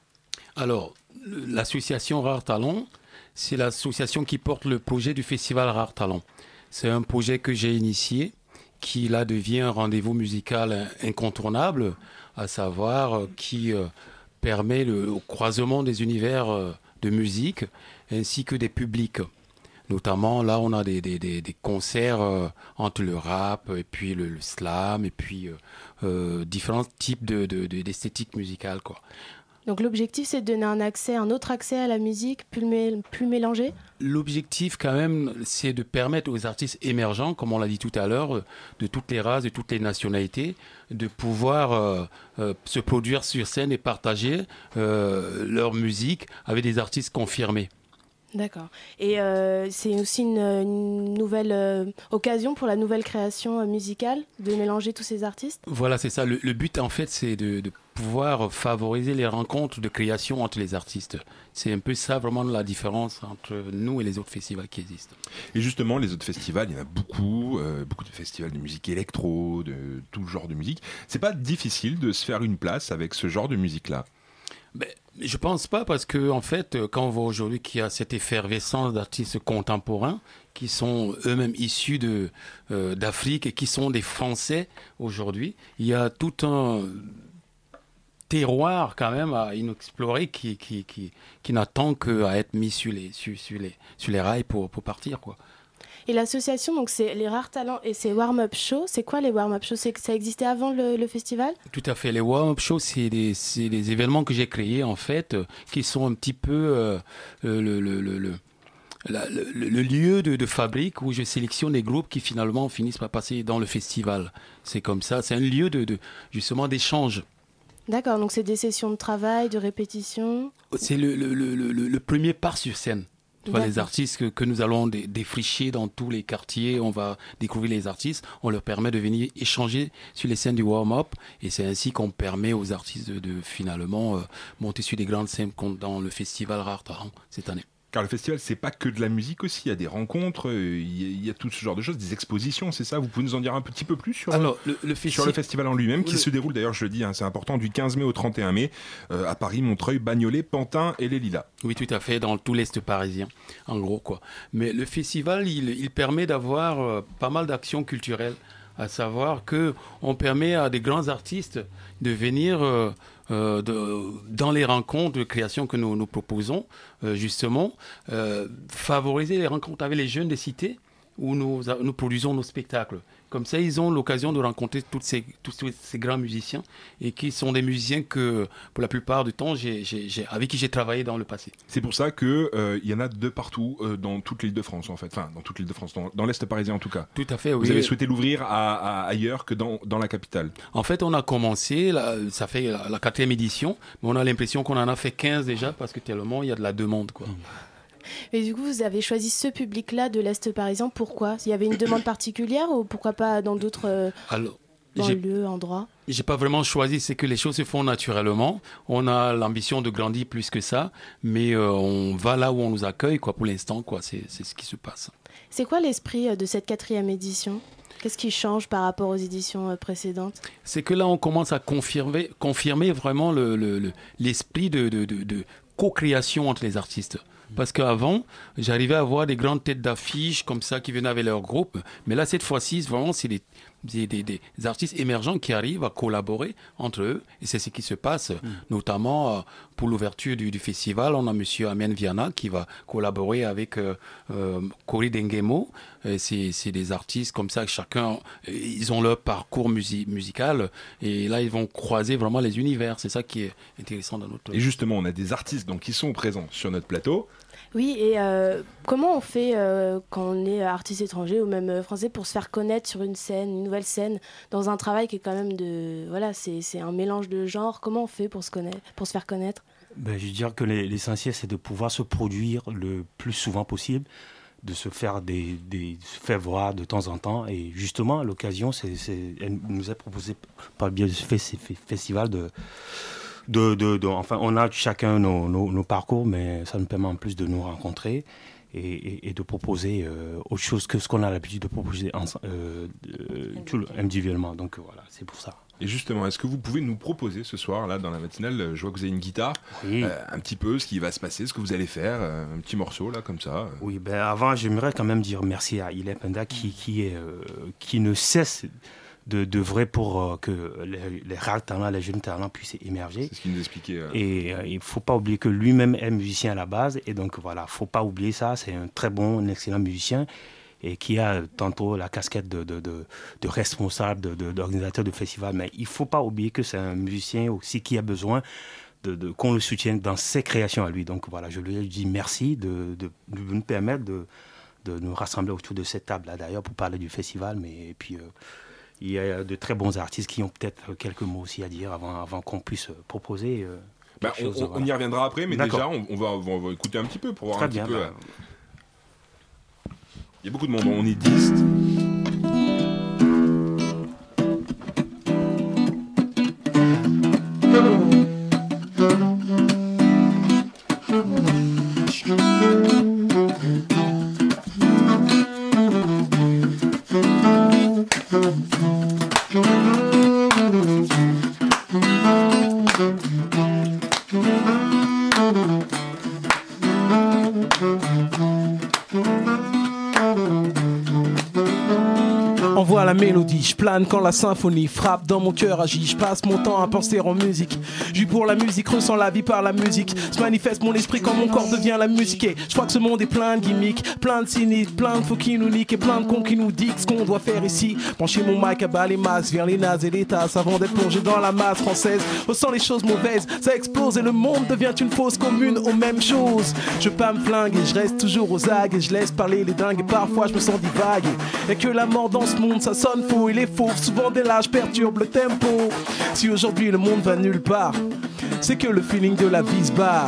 Alors, l'association Rare Talent, c'est l'association qui porte le projet du Festival Rare Talent. C'est un projet que j'ai initié, qui là devient un rendez-vous musical incontournable, à savoir qui permet le croisement des univers de musique ainsi que des publics. Notamment, là, on a des concerts entre le rap et puis le slam et puis différents types d'esthétique musicale, quoi. Donc l'objectif, c'est de donner un autre accès à la musique, plus mélangé? L'objectif, quand même, c'est de permettre aux artistes émergents, comme on l'a dit tout à l'heure, de toutes les races, de toutes les nationalités, de pouvoir se produire sur scène et partager leur musique avec des artistes confirmés. D'accord. Et c'est aussi une nouvelle occasion pour la nouvelle création musicale, de mélanger tous ces artistes? Voilà, c'est ça. Le but, en fait, c'est de pouvoir favoriser les rencontres de création entre les artistes. C'est un peu ça, vraiment, la différence entre nous et les autres festivals qui existent. Et justement, les autres festivals, il y en a beaucoup de festivals de musique électro, de tout genre de musique. C'est pas difficile de se faire une place avec ce genre de musique-là? Je pense pas, parce que en fait, quand on voit aujourd'hui qu'il y a cette effervescence d'artistes contemporains qui sont eux-mêmes issus d'Afrique et qui sont des Français aujourd'hui, il y a tout un terroir quand même à inexplorer qui n'attend qu'à être mis sur les rails pour partir, quoi. Et l'association, donc c'est les Rares Talents et c'est Warm-Up Show. C'est quoi les Warm-Up Show? C'est que ça existait avant le festival? Tout à fait. Les Warm-Up Show, c'est des événements que j'ai créés, en fait, qui sont un petit peu le lieu de fabrique où je sélectionne des groupes qui finalement finissent par passer dans le festival. C'est comme ça. C'est un lieu justement d'échange. D'accord, donc c'est des sessions de travail, de répétition? C'est le premier pas sur scène. Tu vois, les artistes que nous allons défricher dans tous les quartiers, on va découvrir les artistes, on leur permet de venir échanger sur les scènes du warm-up, et c'est ainsi qu'on permet aux artistes de finalement monter sur des grandes scènes comme dans le festival Rare Talent cette année. Car le festival, c'est pas que de la musique aussi, il y a des rencontres, il y a tout ce genre de choses, des expositions, c'est ça? Vous pouvez nous en dire un petit peu plus sur le festival en lui-même, qui se déroule d'ailleurs, je le dis, c'est important, du 15 mai au 31 mai, à Paris, Montreuil, Bagnolet, Pantin et les Lilas. Oui, tout à fait, dans tout l'Est parisien, en gros, quoi. Mais le festival, il permet d'avoir pas mal d'actions culturelles, à savoir qu'on permet à des grands artistes de venir dans les rencontres de création que nous proposons, justement, favoriser les rencontres avec les jeunes des cités où nous produisons nos spectacles. Comme ça, ils ont l'occasion de rencontrer tous ces grands musiciens, et qui sont des musiciens que, pour la plupart du temps, avec qui j'ai travaillé dans le passé. C'est pour ça qu'il y en a de partout dans toute l'Île-de-France, en fait. Enfin, dans toute l'Île-de-France, dans l'Est parisien en tout cas. Tout à fait, oui. Vous avez souhaité l'ouvrir ailleurs que dans la capitale? En fait, on a commencé, ça fait la 4e édition, mais on a l'impression qu'on en a fait 15 déjà, parce que tellement il y a de la demande, quoi. Et du coup, vous avez choisi ce public-là de l'Est parisien. Pourquoi ? Il y avait une demande particulière ou pourquoi pas dans d'autres lieux, endroits ? J'ai pas vraiment choisi, c'est que les choses se font naturellement. On a l'ambition de grandir plus que ça, mais on va là où on nous accueille, quoi, pour l'instant, quoi. C'est ce qui se passe. C'est quoi l'esprit de cette 4e édition ? Qu'est-ce qui change par rapport aux éditions précédentes ? C'est que là, on commence à confirmer vraiment l'esprit de co-création entre les artistes. Parce qu'avant, j'arrivais à voir des grandes têtes d'affiches comme ça qui venaient avec leur groupe. Mais là, cette fois-ci, vraiment, c'est des artistes émergents qui arrivent à collaborer entre eux. Et c'est ce qui se passe, notamment pour l'ouverture du festival. On a M. Amen Viana qui va collaborer avec Cory Dengemo. C'est des artistes comme ça, chacun, ils ont leur parcours musical. Et là, ils vont croiser vraiment les univers. C'est ça qui est intéressant dans notre... Et justement, on a des artistes donc, qui sont présents sur notre plateau. Oui, et comment on fait quand on est artiste étranger ou même français pour se faire connaître sur une nouvelle scène, dans un travail qui est quand même c'est un mélange de genres. Comment on fait pour se faire connaître ? Je dirais que l'essentiel, c'est de pouvoir se produire le plus souvent possible, de se faire se faire voir de temps en temps. Et justement, à l'occasion, elle nous a proposé par le biais de ce festival enfin, on a chacun nos parcours, mais ça nous permet en plus de nous rencontrer et de proposer autre chose que ce qu'on a l'habitude de proposer individuellement. Donc voilà, c'est pour ça. Et justement, est-ce que vous pouvez nous proposer ce soir, là, dans la matinale, je vois que vous avez une guitare, oui. Un petit peu ce qui va se passer, ce que vous allez faire, un petit morceau, là, comme ça. Oui, avant, j'aimerais quand même dire merci à Ilep Penda qui ne cesse d'œuvrer pour que les rares talents, les jeunes talents puissent émerger. C'est ce qu'il nous expliquait. Et il ne faut pas oublier que lui-même est musicien à la base. Et donc voilà, il ne faut pas oublier ça. C'est un excellent musicien et qui a tantôt la casquette de responsable, d'organisateur de festival. Mais il ne faut pas oublier que c'est un musicien aussi qui a besoin qu'on le soutienne dans ses créations à lui. Donc voilà, je lui dis merci de nous permettre de nous rassembler autour de cette table-là, d'ailleurs, pour parler du festival. Mais puis... il y a de très bons artistes qui ont peut-être quelques mots aussi à dire avant qu'on puisse proposer quelque chose. On y reviendra après, mais D'accord. déjà, on va écouter un petit peu pour voir très un bien, petit peu. Il y a beaucoup de monde, on est 10. Envoie la mélodie, je plane quand la symphonie frappe dans mon cœur agit. Je passe mon temps à penser en musique. Je vis pour la musique, ressens la vie par la musique. Se manifeste mon esprit quand mon corps devient la musique. Et je crois que ce monde est plein de gimmicks, plein de cyniques, plein de faux qui nous niquent et plein de cons qui nous dictent ce qu'on doit faire ici. Pencher mon mic à bas les masses vers les nazes et les tasses avant d'être plongé dans la masse française. Ressens les choses mauvaises, ça explose et le monde devient une fausse commune aux mêmes choses. Je pas me flinguer, je reste toujours aux agues et je laisse parler les dingues et parfois je me sens divague. Et que la mort dans ce monde ça sonne faux et les faux souvent des lâches perturbent le tempo. Si aujourd'hui le monde va nulle part, c'est que le feeling de la vie se barre.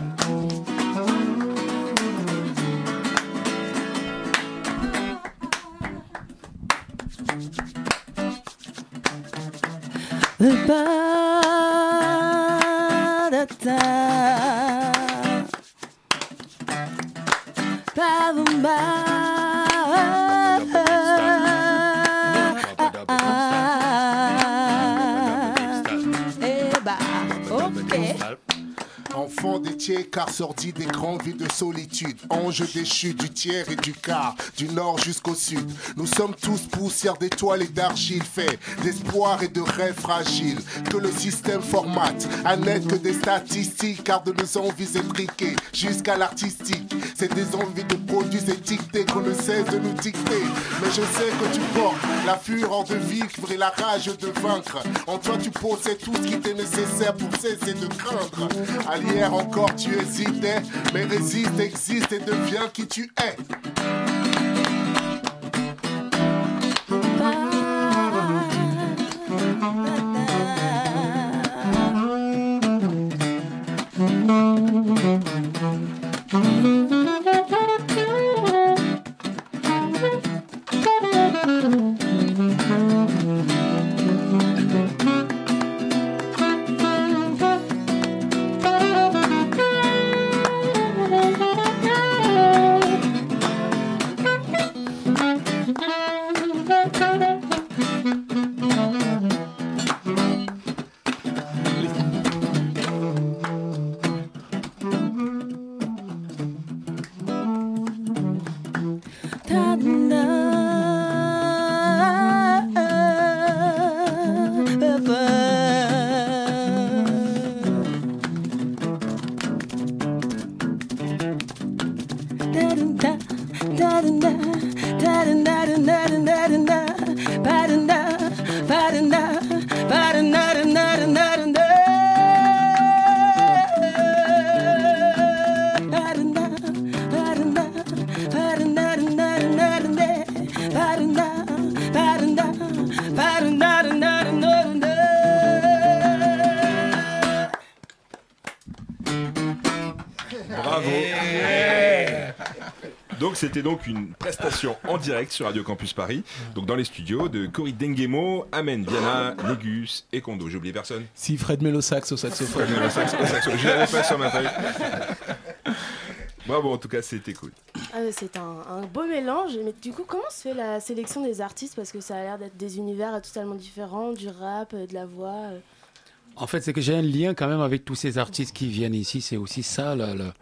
Enfant des tiers, car sorti des grandes villes de solitude. Ange déchu du tiers et du quart, du nord jusqu'au sud. Nous sommes tous poussière d'étoiles et d'argile, fait d'espoir et de rêves fragiles. Que le système formate, à n'être que des statistiques, car de nos envies étriquées jusqu'à l'artistique. C'est des envies de produits étiquetés qu'on ne cesse de nous dicter. Mais je sais que tu portes la fureur de vivre et la rage de vaincre. En toi tu possèdes tout ce qui t'est nécessaire pour cesser de craindre. À l'hier encore tu hésitais, mais résiste, existe et deviens qui tu es. Bravo. Donc c'était donc une prestation en direct sur Radio Campus Paris, donc dans les studios de Cory Denguemo, Amen Viana, Négus et Kondo. J'ai oublié personne? Si, Fred Melosax au saxophone. Fred Melosax au saxophone. Je l'avais pas sur ma feuille. Bravo, en tout cas c'était cool. C'est un beau mélange, mais du coup comment se fait la sélection des artistes, parce que ça a l'air d'être des univers totalement différents, du rap, de la voix. En fait, c'est que j'ai un lien quand même avec tous ces artistes qui viennent ici. C'est aussi ça,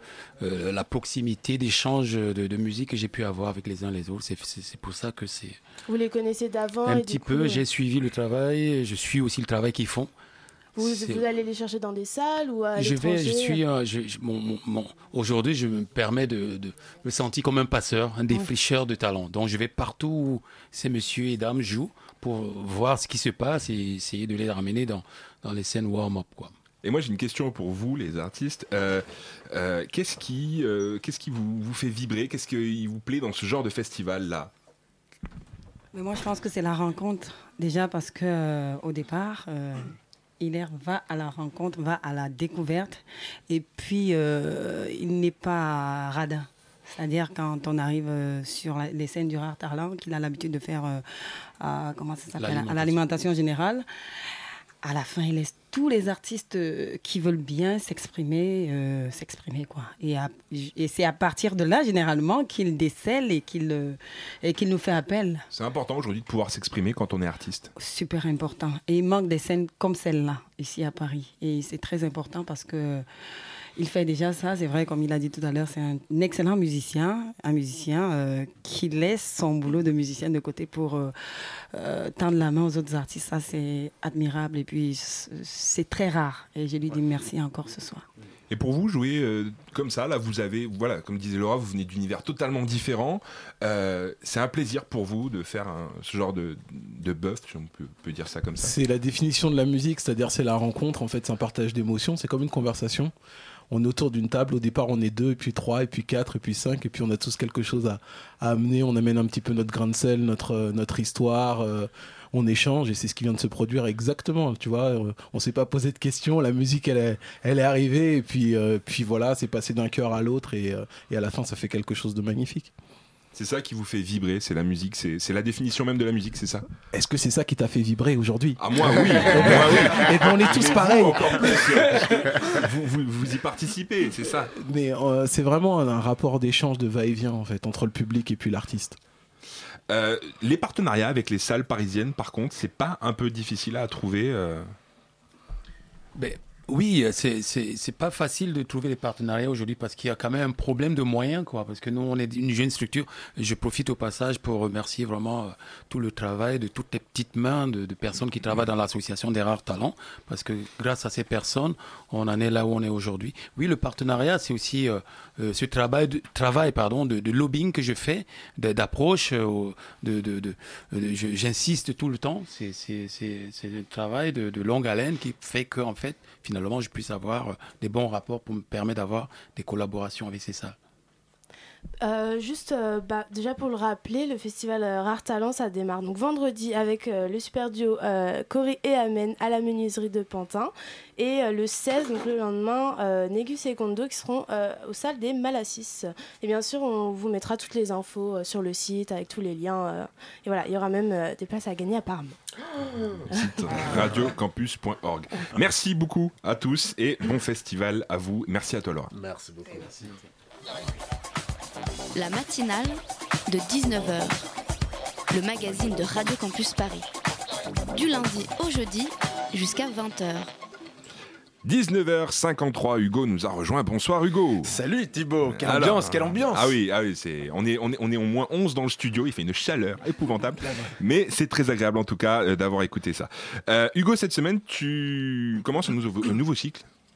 la proximité d'échange de musique que j'ai pu avoir avec les uns les autres. C'est pour ça que c'est... Vous les connaissez d'avant? Un petit peu, j'ai suivi le travail, je suis aussi le travail qu'ils font. Vous allez les chercher dans des salles ou à l'étranger? Aujourd'hui, je me permets de me sentir comme un passeur, un défricheur de talent. Donc, je vais partout où ces messieurs et dames jouent pour voir ce qui se passe et essayer de les ramener dans les scènes warm-up, quoi. Et moi j'ai une question pour vous les artistes. Qu'est-ce qui vous fait vibrer? Qu'est-ce qui vous plaît dans ce genre de festival-là? Mais moi je pense que c'est la rencontre. Déjà parce que au départ, Hilaire va à la rencontre, va à la découverte. Et puis il n'est pas radin. C'est-à-dire quand on arrive sur les scènes du Rare Talent, qu'il a l'habitude de faire comment ça s'appelle, à l'alimentation générale, à la fin, il laisse tous les artistes qui veulent bien s'exprimer, quoi. Et c'est à partir de là, généralement, qu'il décèle et qu'il nous fait appel. C'est important aujourd'hui de pouvoir s'exprimer quand on est artiste. Super important. Et il manque des scènes comme celle-là, ici à Paris. Et c'est très important parce que il fait déjà ça, c'est vrai, comme il a dit tout à l'heure, c'est un excellent musicien, qui laisse son boulot de musicien de côté pour tendre la main aux autres artistes. Ça, c'est admirable et puis c'est très rare. Et je lui dis merci encore ce soir. Et pour vous, jouer comme ça, là, vous avez, voilà, comme disait Laura, vous venez d'univers totalement différents. C'est un plaisir pour vous de faire ce genre de bœuf, si on peut dire ça comme ça. C'est la définition de la musique, c'est-à-dire c'est la rencontre, en fait, c'est un partage d'émotions, c'est comme une conversation. On est autour d'une table, au départ on est 2, et puis 3, et puis 4, et puis 5, et puis on a tous quelque chose à amener, on amène un petit peu notre grain de sel, notre histoire, on échange, et c'est ce qui vient de se produire exactement, tu vois, on s'est pas posé de questions, la musique elle est arrivée, et puis voilà, c'est passé d'un cœur à l'autre, et à la fin ça fait quelque chose de magnifique. C'est ça qui vous fait vibrer, c'est la musique, c'est la définition même de la musique, c'est ça? Est-ce que c'est ça qui t'a fait vibrer aujourd'hui? Ah moi oui, moi oui. Et ben on est tous pareils. Encore plus. Vous y participez, c'est ça. Mais c'est vraiment un rapport d'échange, de va-et-vient en fait, entre le public et puis l'artiste. Les partenariats avec les salles parisiennes, par contre, c'est pas un peu difficile à trouver Oui, c'est pas facile de trouver des partenariats aujourd'hui parce qu'il y a quand même un problème de moyens, quoi. Parce que nous, on est une jeune structure. Je profite au passage pour remercier vraiment tout le travail de toutes les petites mains de personnes qui travaillent dans l'association des rares talents. Parce que grâce à ces personnes, on en est là où on est aujourd'hui. Oui, le partenariat, c'est aussi ce travail de lobbying que je fais, d'approche. J'insiste tout le temps. C'est un travail de longue haleine qui fait que, en fait, finalement, je puisse avoir des bons rapports pour me permettre d'avoir des collaborations avec ces salles. Déjà pour le rappeler, le festival Rare Talent, ça démarre donc vendredi avec le super duo Cory et Amen à la menuiserie de Pantin, et le 16, donc le lendemain, Négus et Kondo qui seront aux salles des Malassis. Et bien sûr, on vous mettra toutes les infos sur le site avec tous les liens. Et voilà, il y aura même des places à gagner apparemment. Site radiocampus.org. Merci beaucoup à tous et bon festival à vous. Merci à toi Laura. Merci beaucoup. Merci. La matinale de 19h, le magazine de Radio Campus Paris. Du lundi au jeudi jusqu'à 20h. 19h53, Hugo nous a rejoint. Bonsoir Hugo. Salut Thibaut, quelle ambiance. Ah oui, on est au moins 11 dans le studio, il fait une chaleur épouvantable, mais c'est très agréable en tout cas d'avoir écouté ça. Hugo, cette semaine tu commences un nouveau cycle.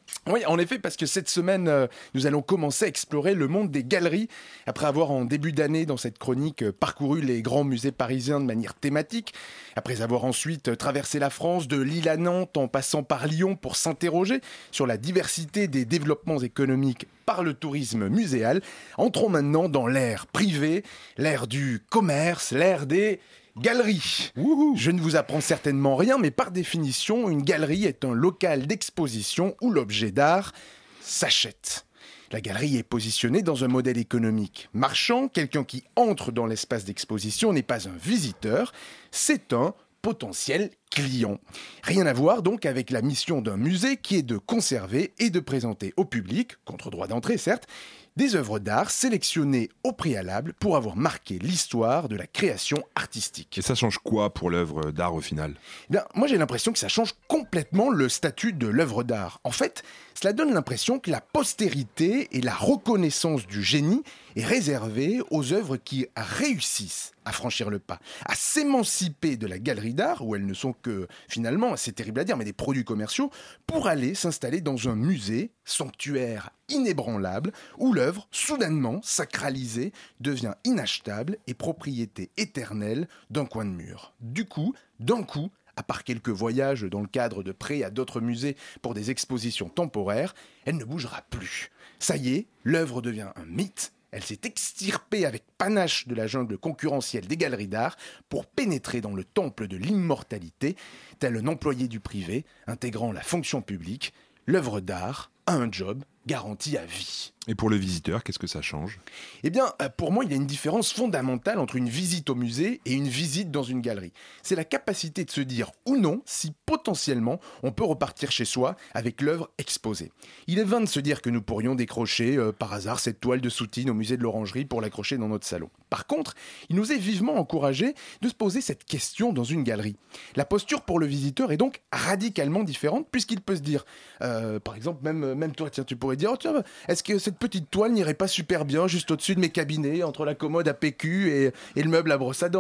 Oui, en effet, parce que cette semaine, nous allons commencer à explorer le monde des galeries. Après avoir, en début d'année, dans cette chronique, parcouru les grands musées parisiens de manière thématique, après avoir ensuite traversé la France, de Lille à Nantes, en passant par Lyon, pour s'interroger sur la diversité des développements économiques par le tourisme muséal, entrons maintenant dans l'ère privée, l'ère du commerce, l'ère des galerie. Je ne vous apprends certainement rien, mais par définition, une galerie est un local d'exposition où l'objet d'art s'achète. La galerie est positionnée dans un modèle économique marchand. Quelqu'un qui entre dans l'espace d'exposition n'est pas un visiteur, c'est un potentiel client. Rien à voir donc avec la mission d'un musée qui est de conserver et de présenter au public, contre droit d'entrée certes, des œuvres d'art sélectionnées au préalable pour avoir marqué l'histoire de la création artistique. Et ça change quoi pour l'œuvre d'art au final ? Moi j'ai l'impression que ça change complètement le statut de l'œuvre d'art. En fait, cela donne l'impression que la postérité et la reconnaissance du génie est réservée aux œuvres qui réussissent à franchir le pas, à s'émanciper de la galerie d'art, où elles ne sont que, finalement, c'est terrible à dire, mais des produits commerciaux, pour aller s'installer dans un musée, sanctuaire inébranlable, où l'œuvre, soudainement sacralisée, devient inachetable et propriété éternelle d'un coin de mur. Du coup, d'un coup, à part quelques voyages dans le cadre de prêts à d'autres musées pour des expositions temporaires, elle ne bougera plus. Ça y est, l'œuvre devient un mythe. Elle s'est extirpée avec panache de la jungle concurrentielle des galeries d'art pour pénétrer dans le temple de l'immortalité, tel un employé du privé intégrant la fonction publique. L'œuvre d'art a un job garanti à vie. Et pour le visiteur, qu'est-ce que ça change ? Eh bien, pour moi, il y a une différence fondamentale entre une visite au musée et une visite dans une galerie. C'est la capacité de se dire ou non si potentiellement on peut repartir chez soi avec l'œuvre exposée. Il est vain de se dire que nous pourrions décrocher par hasard cette toile de Soutine au musée de l'Orangerie pour l'accrocher dans notre salon. Par contre, il nous est vivement encouragé de se poser cette question dans une galerie. La posture pour le visiteur est donc radicalement différente puisqu'il peut se dire, par exemple, même toi, tiens, tu pourrais dire, oh, tiens, est-ce que cette petite toile n'irait pas super bien juste au-dessus de mes cabinets, entre la commode à PQ et le meuble à brosse à dents ?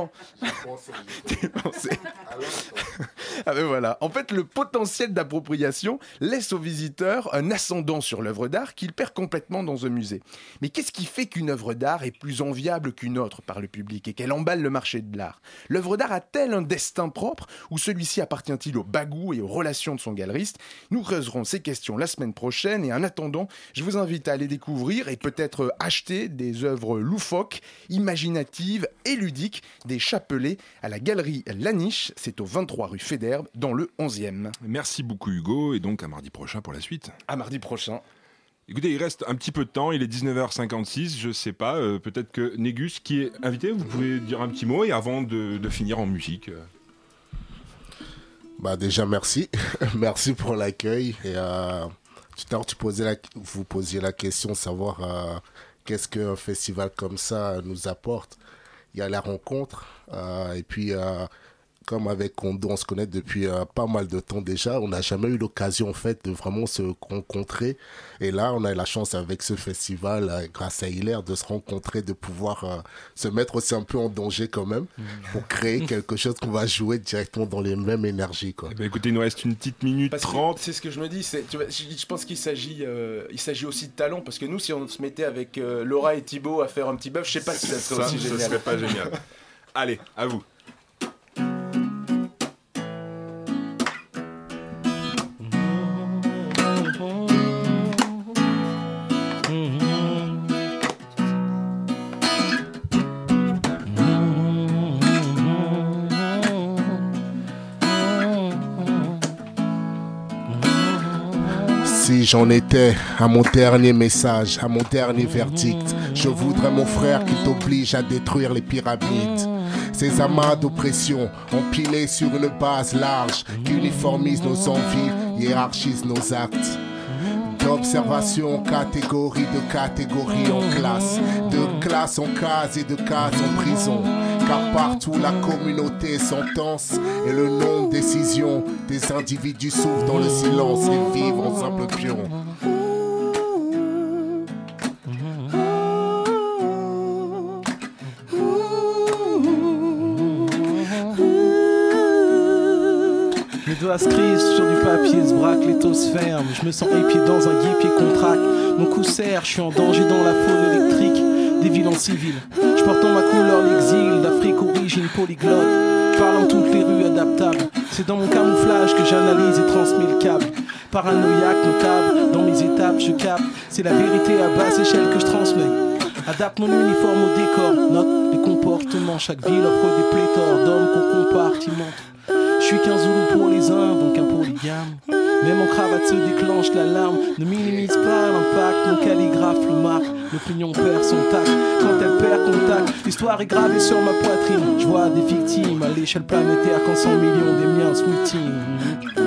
Ah ben voilà. En fait, le potentiel d'appropriation laisse au visiteur un ascendant sur l'œuvre d'art qu'il perd complètement dans un musée. Mais qu'est-ce qui fait qu'une œuvre d'art est plus enviable qu'une autre par le public et qu'elle emballe le marché de l'art ? L'œuvre d'art a-t-elle un destin propre ou celui-ci appartient-il au bagou et aux relations de son galeriste ? Nous creuserons ces questions la semaine prochaine et en attendant, je vous invite à aller découvrir et peut-être acheter des œuvres loufoques, imaginatives et ludiques, des chapelets à la galerie La Niche. C'est au 23 rue Fédère, dans le 11e. Merci beaucoup Hugo, et donc à mardi prochain pour la suite. À mardi prochain. Écoutez, il reste un petit peu de temps, il est 19h56, je sais pas, peut-être que Négus, qui est invité, vous pouvez dire un petit mot et avant de finir en musique. Bah déjà merci, merci pour l'accueil et tout à l'heure vous posiez la question de savoir qu'est-ce qu'un festival comme ça nous apporte. Il y a la rencontre et puis comme avec Kondo, on se connaît depuis pas mal de temps déjà. On n'a jamais eu l'occasion en fait de vraiment se rencontrer. Et là, on a eu la chance avec ce festival, grâce à Hilaire, de se rencontrer, de pouvoir se mettre aussi un peu en danger quand même pour créer quelque chose qu'on va jouer directement dans les mêmes énergies, quoi. Eh bien, écoutez, il nous reste une petite minute 30. C'est ce que je me dis. Je pense qu'il s'agit aussi de talent parce que nous, si on se mettait avec Laura et Thibaut à faire un petit bœuf, je sais pas si ça serait aussi génial. Ça serait pas génial. Allez, à vous. Si j'en étais à mon dernier message, à mon dernier verdict, je voudrais mon frère qui t'oblige à détruire les pyramides. Ces amas d'oppression empilés sur une base large qui uniformise nos envies, hiérarchise nos actes. D'observation, catégorie de catégorie en classe, de classe en case et de case en prison. Car partout la communauté s'entence et le nombre de décisions des individus s'ouvre dans le silence et vivent en simple pion. Les doigts se crispent sur du papier, se braquent, les taux se ferment. Je me sens épié dans un guépier contract. Mon cou serre, je suis en danger dans la faune électrique des villes en civil. Je porte en ma couleur l'exil d'Afrique origine polyglotte. Parlant toutes les rues adaptables. C'est dans mon camouflage que j'analyse et transmets le câble. Paranoïaque notable, dans mes étapes je capte. C'est la vérité à basse échelle que je transmets. Adapte mon uniforme au décor, note les comportements. Chaque ville offre des pléthores d'hommes qu'on compartimente. Je suis qu'un Zoulou pour les uns, donc un polygame. Même en cravate se déclenche l'alarme. Ne minimise pas l'impact, mon calligraphe le marque. L'opinion perd son tact quand elle perd contact. L'histoire est gravée sur ma poitrine. Je vois des victimes à l'échelle planétaire quand 100 millions des miens se multiplient.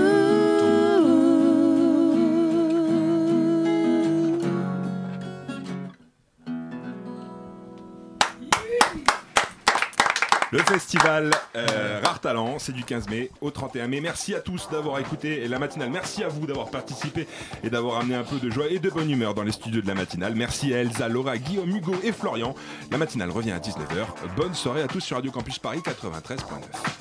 Le festival Rare Talent, c'est du 15 mai au 31 mai. Merci à tous d'avoir écouté la matinale. Merci à vous d'avoir participé et d'avoir amené un peu de joie et de bonne humeur dans les studios de la matinale. Merci à Elsa, Laura, Guillaume, Hugo et Florian. La matinale revient à 19h. Bonne soirée à tous sur Radio Campus Paris 93.9.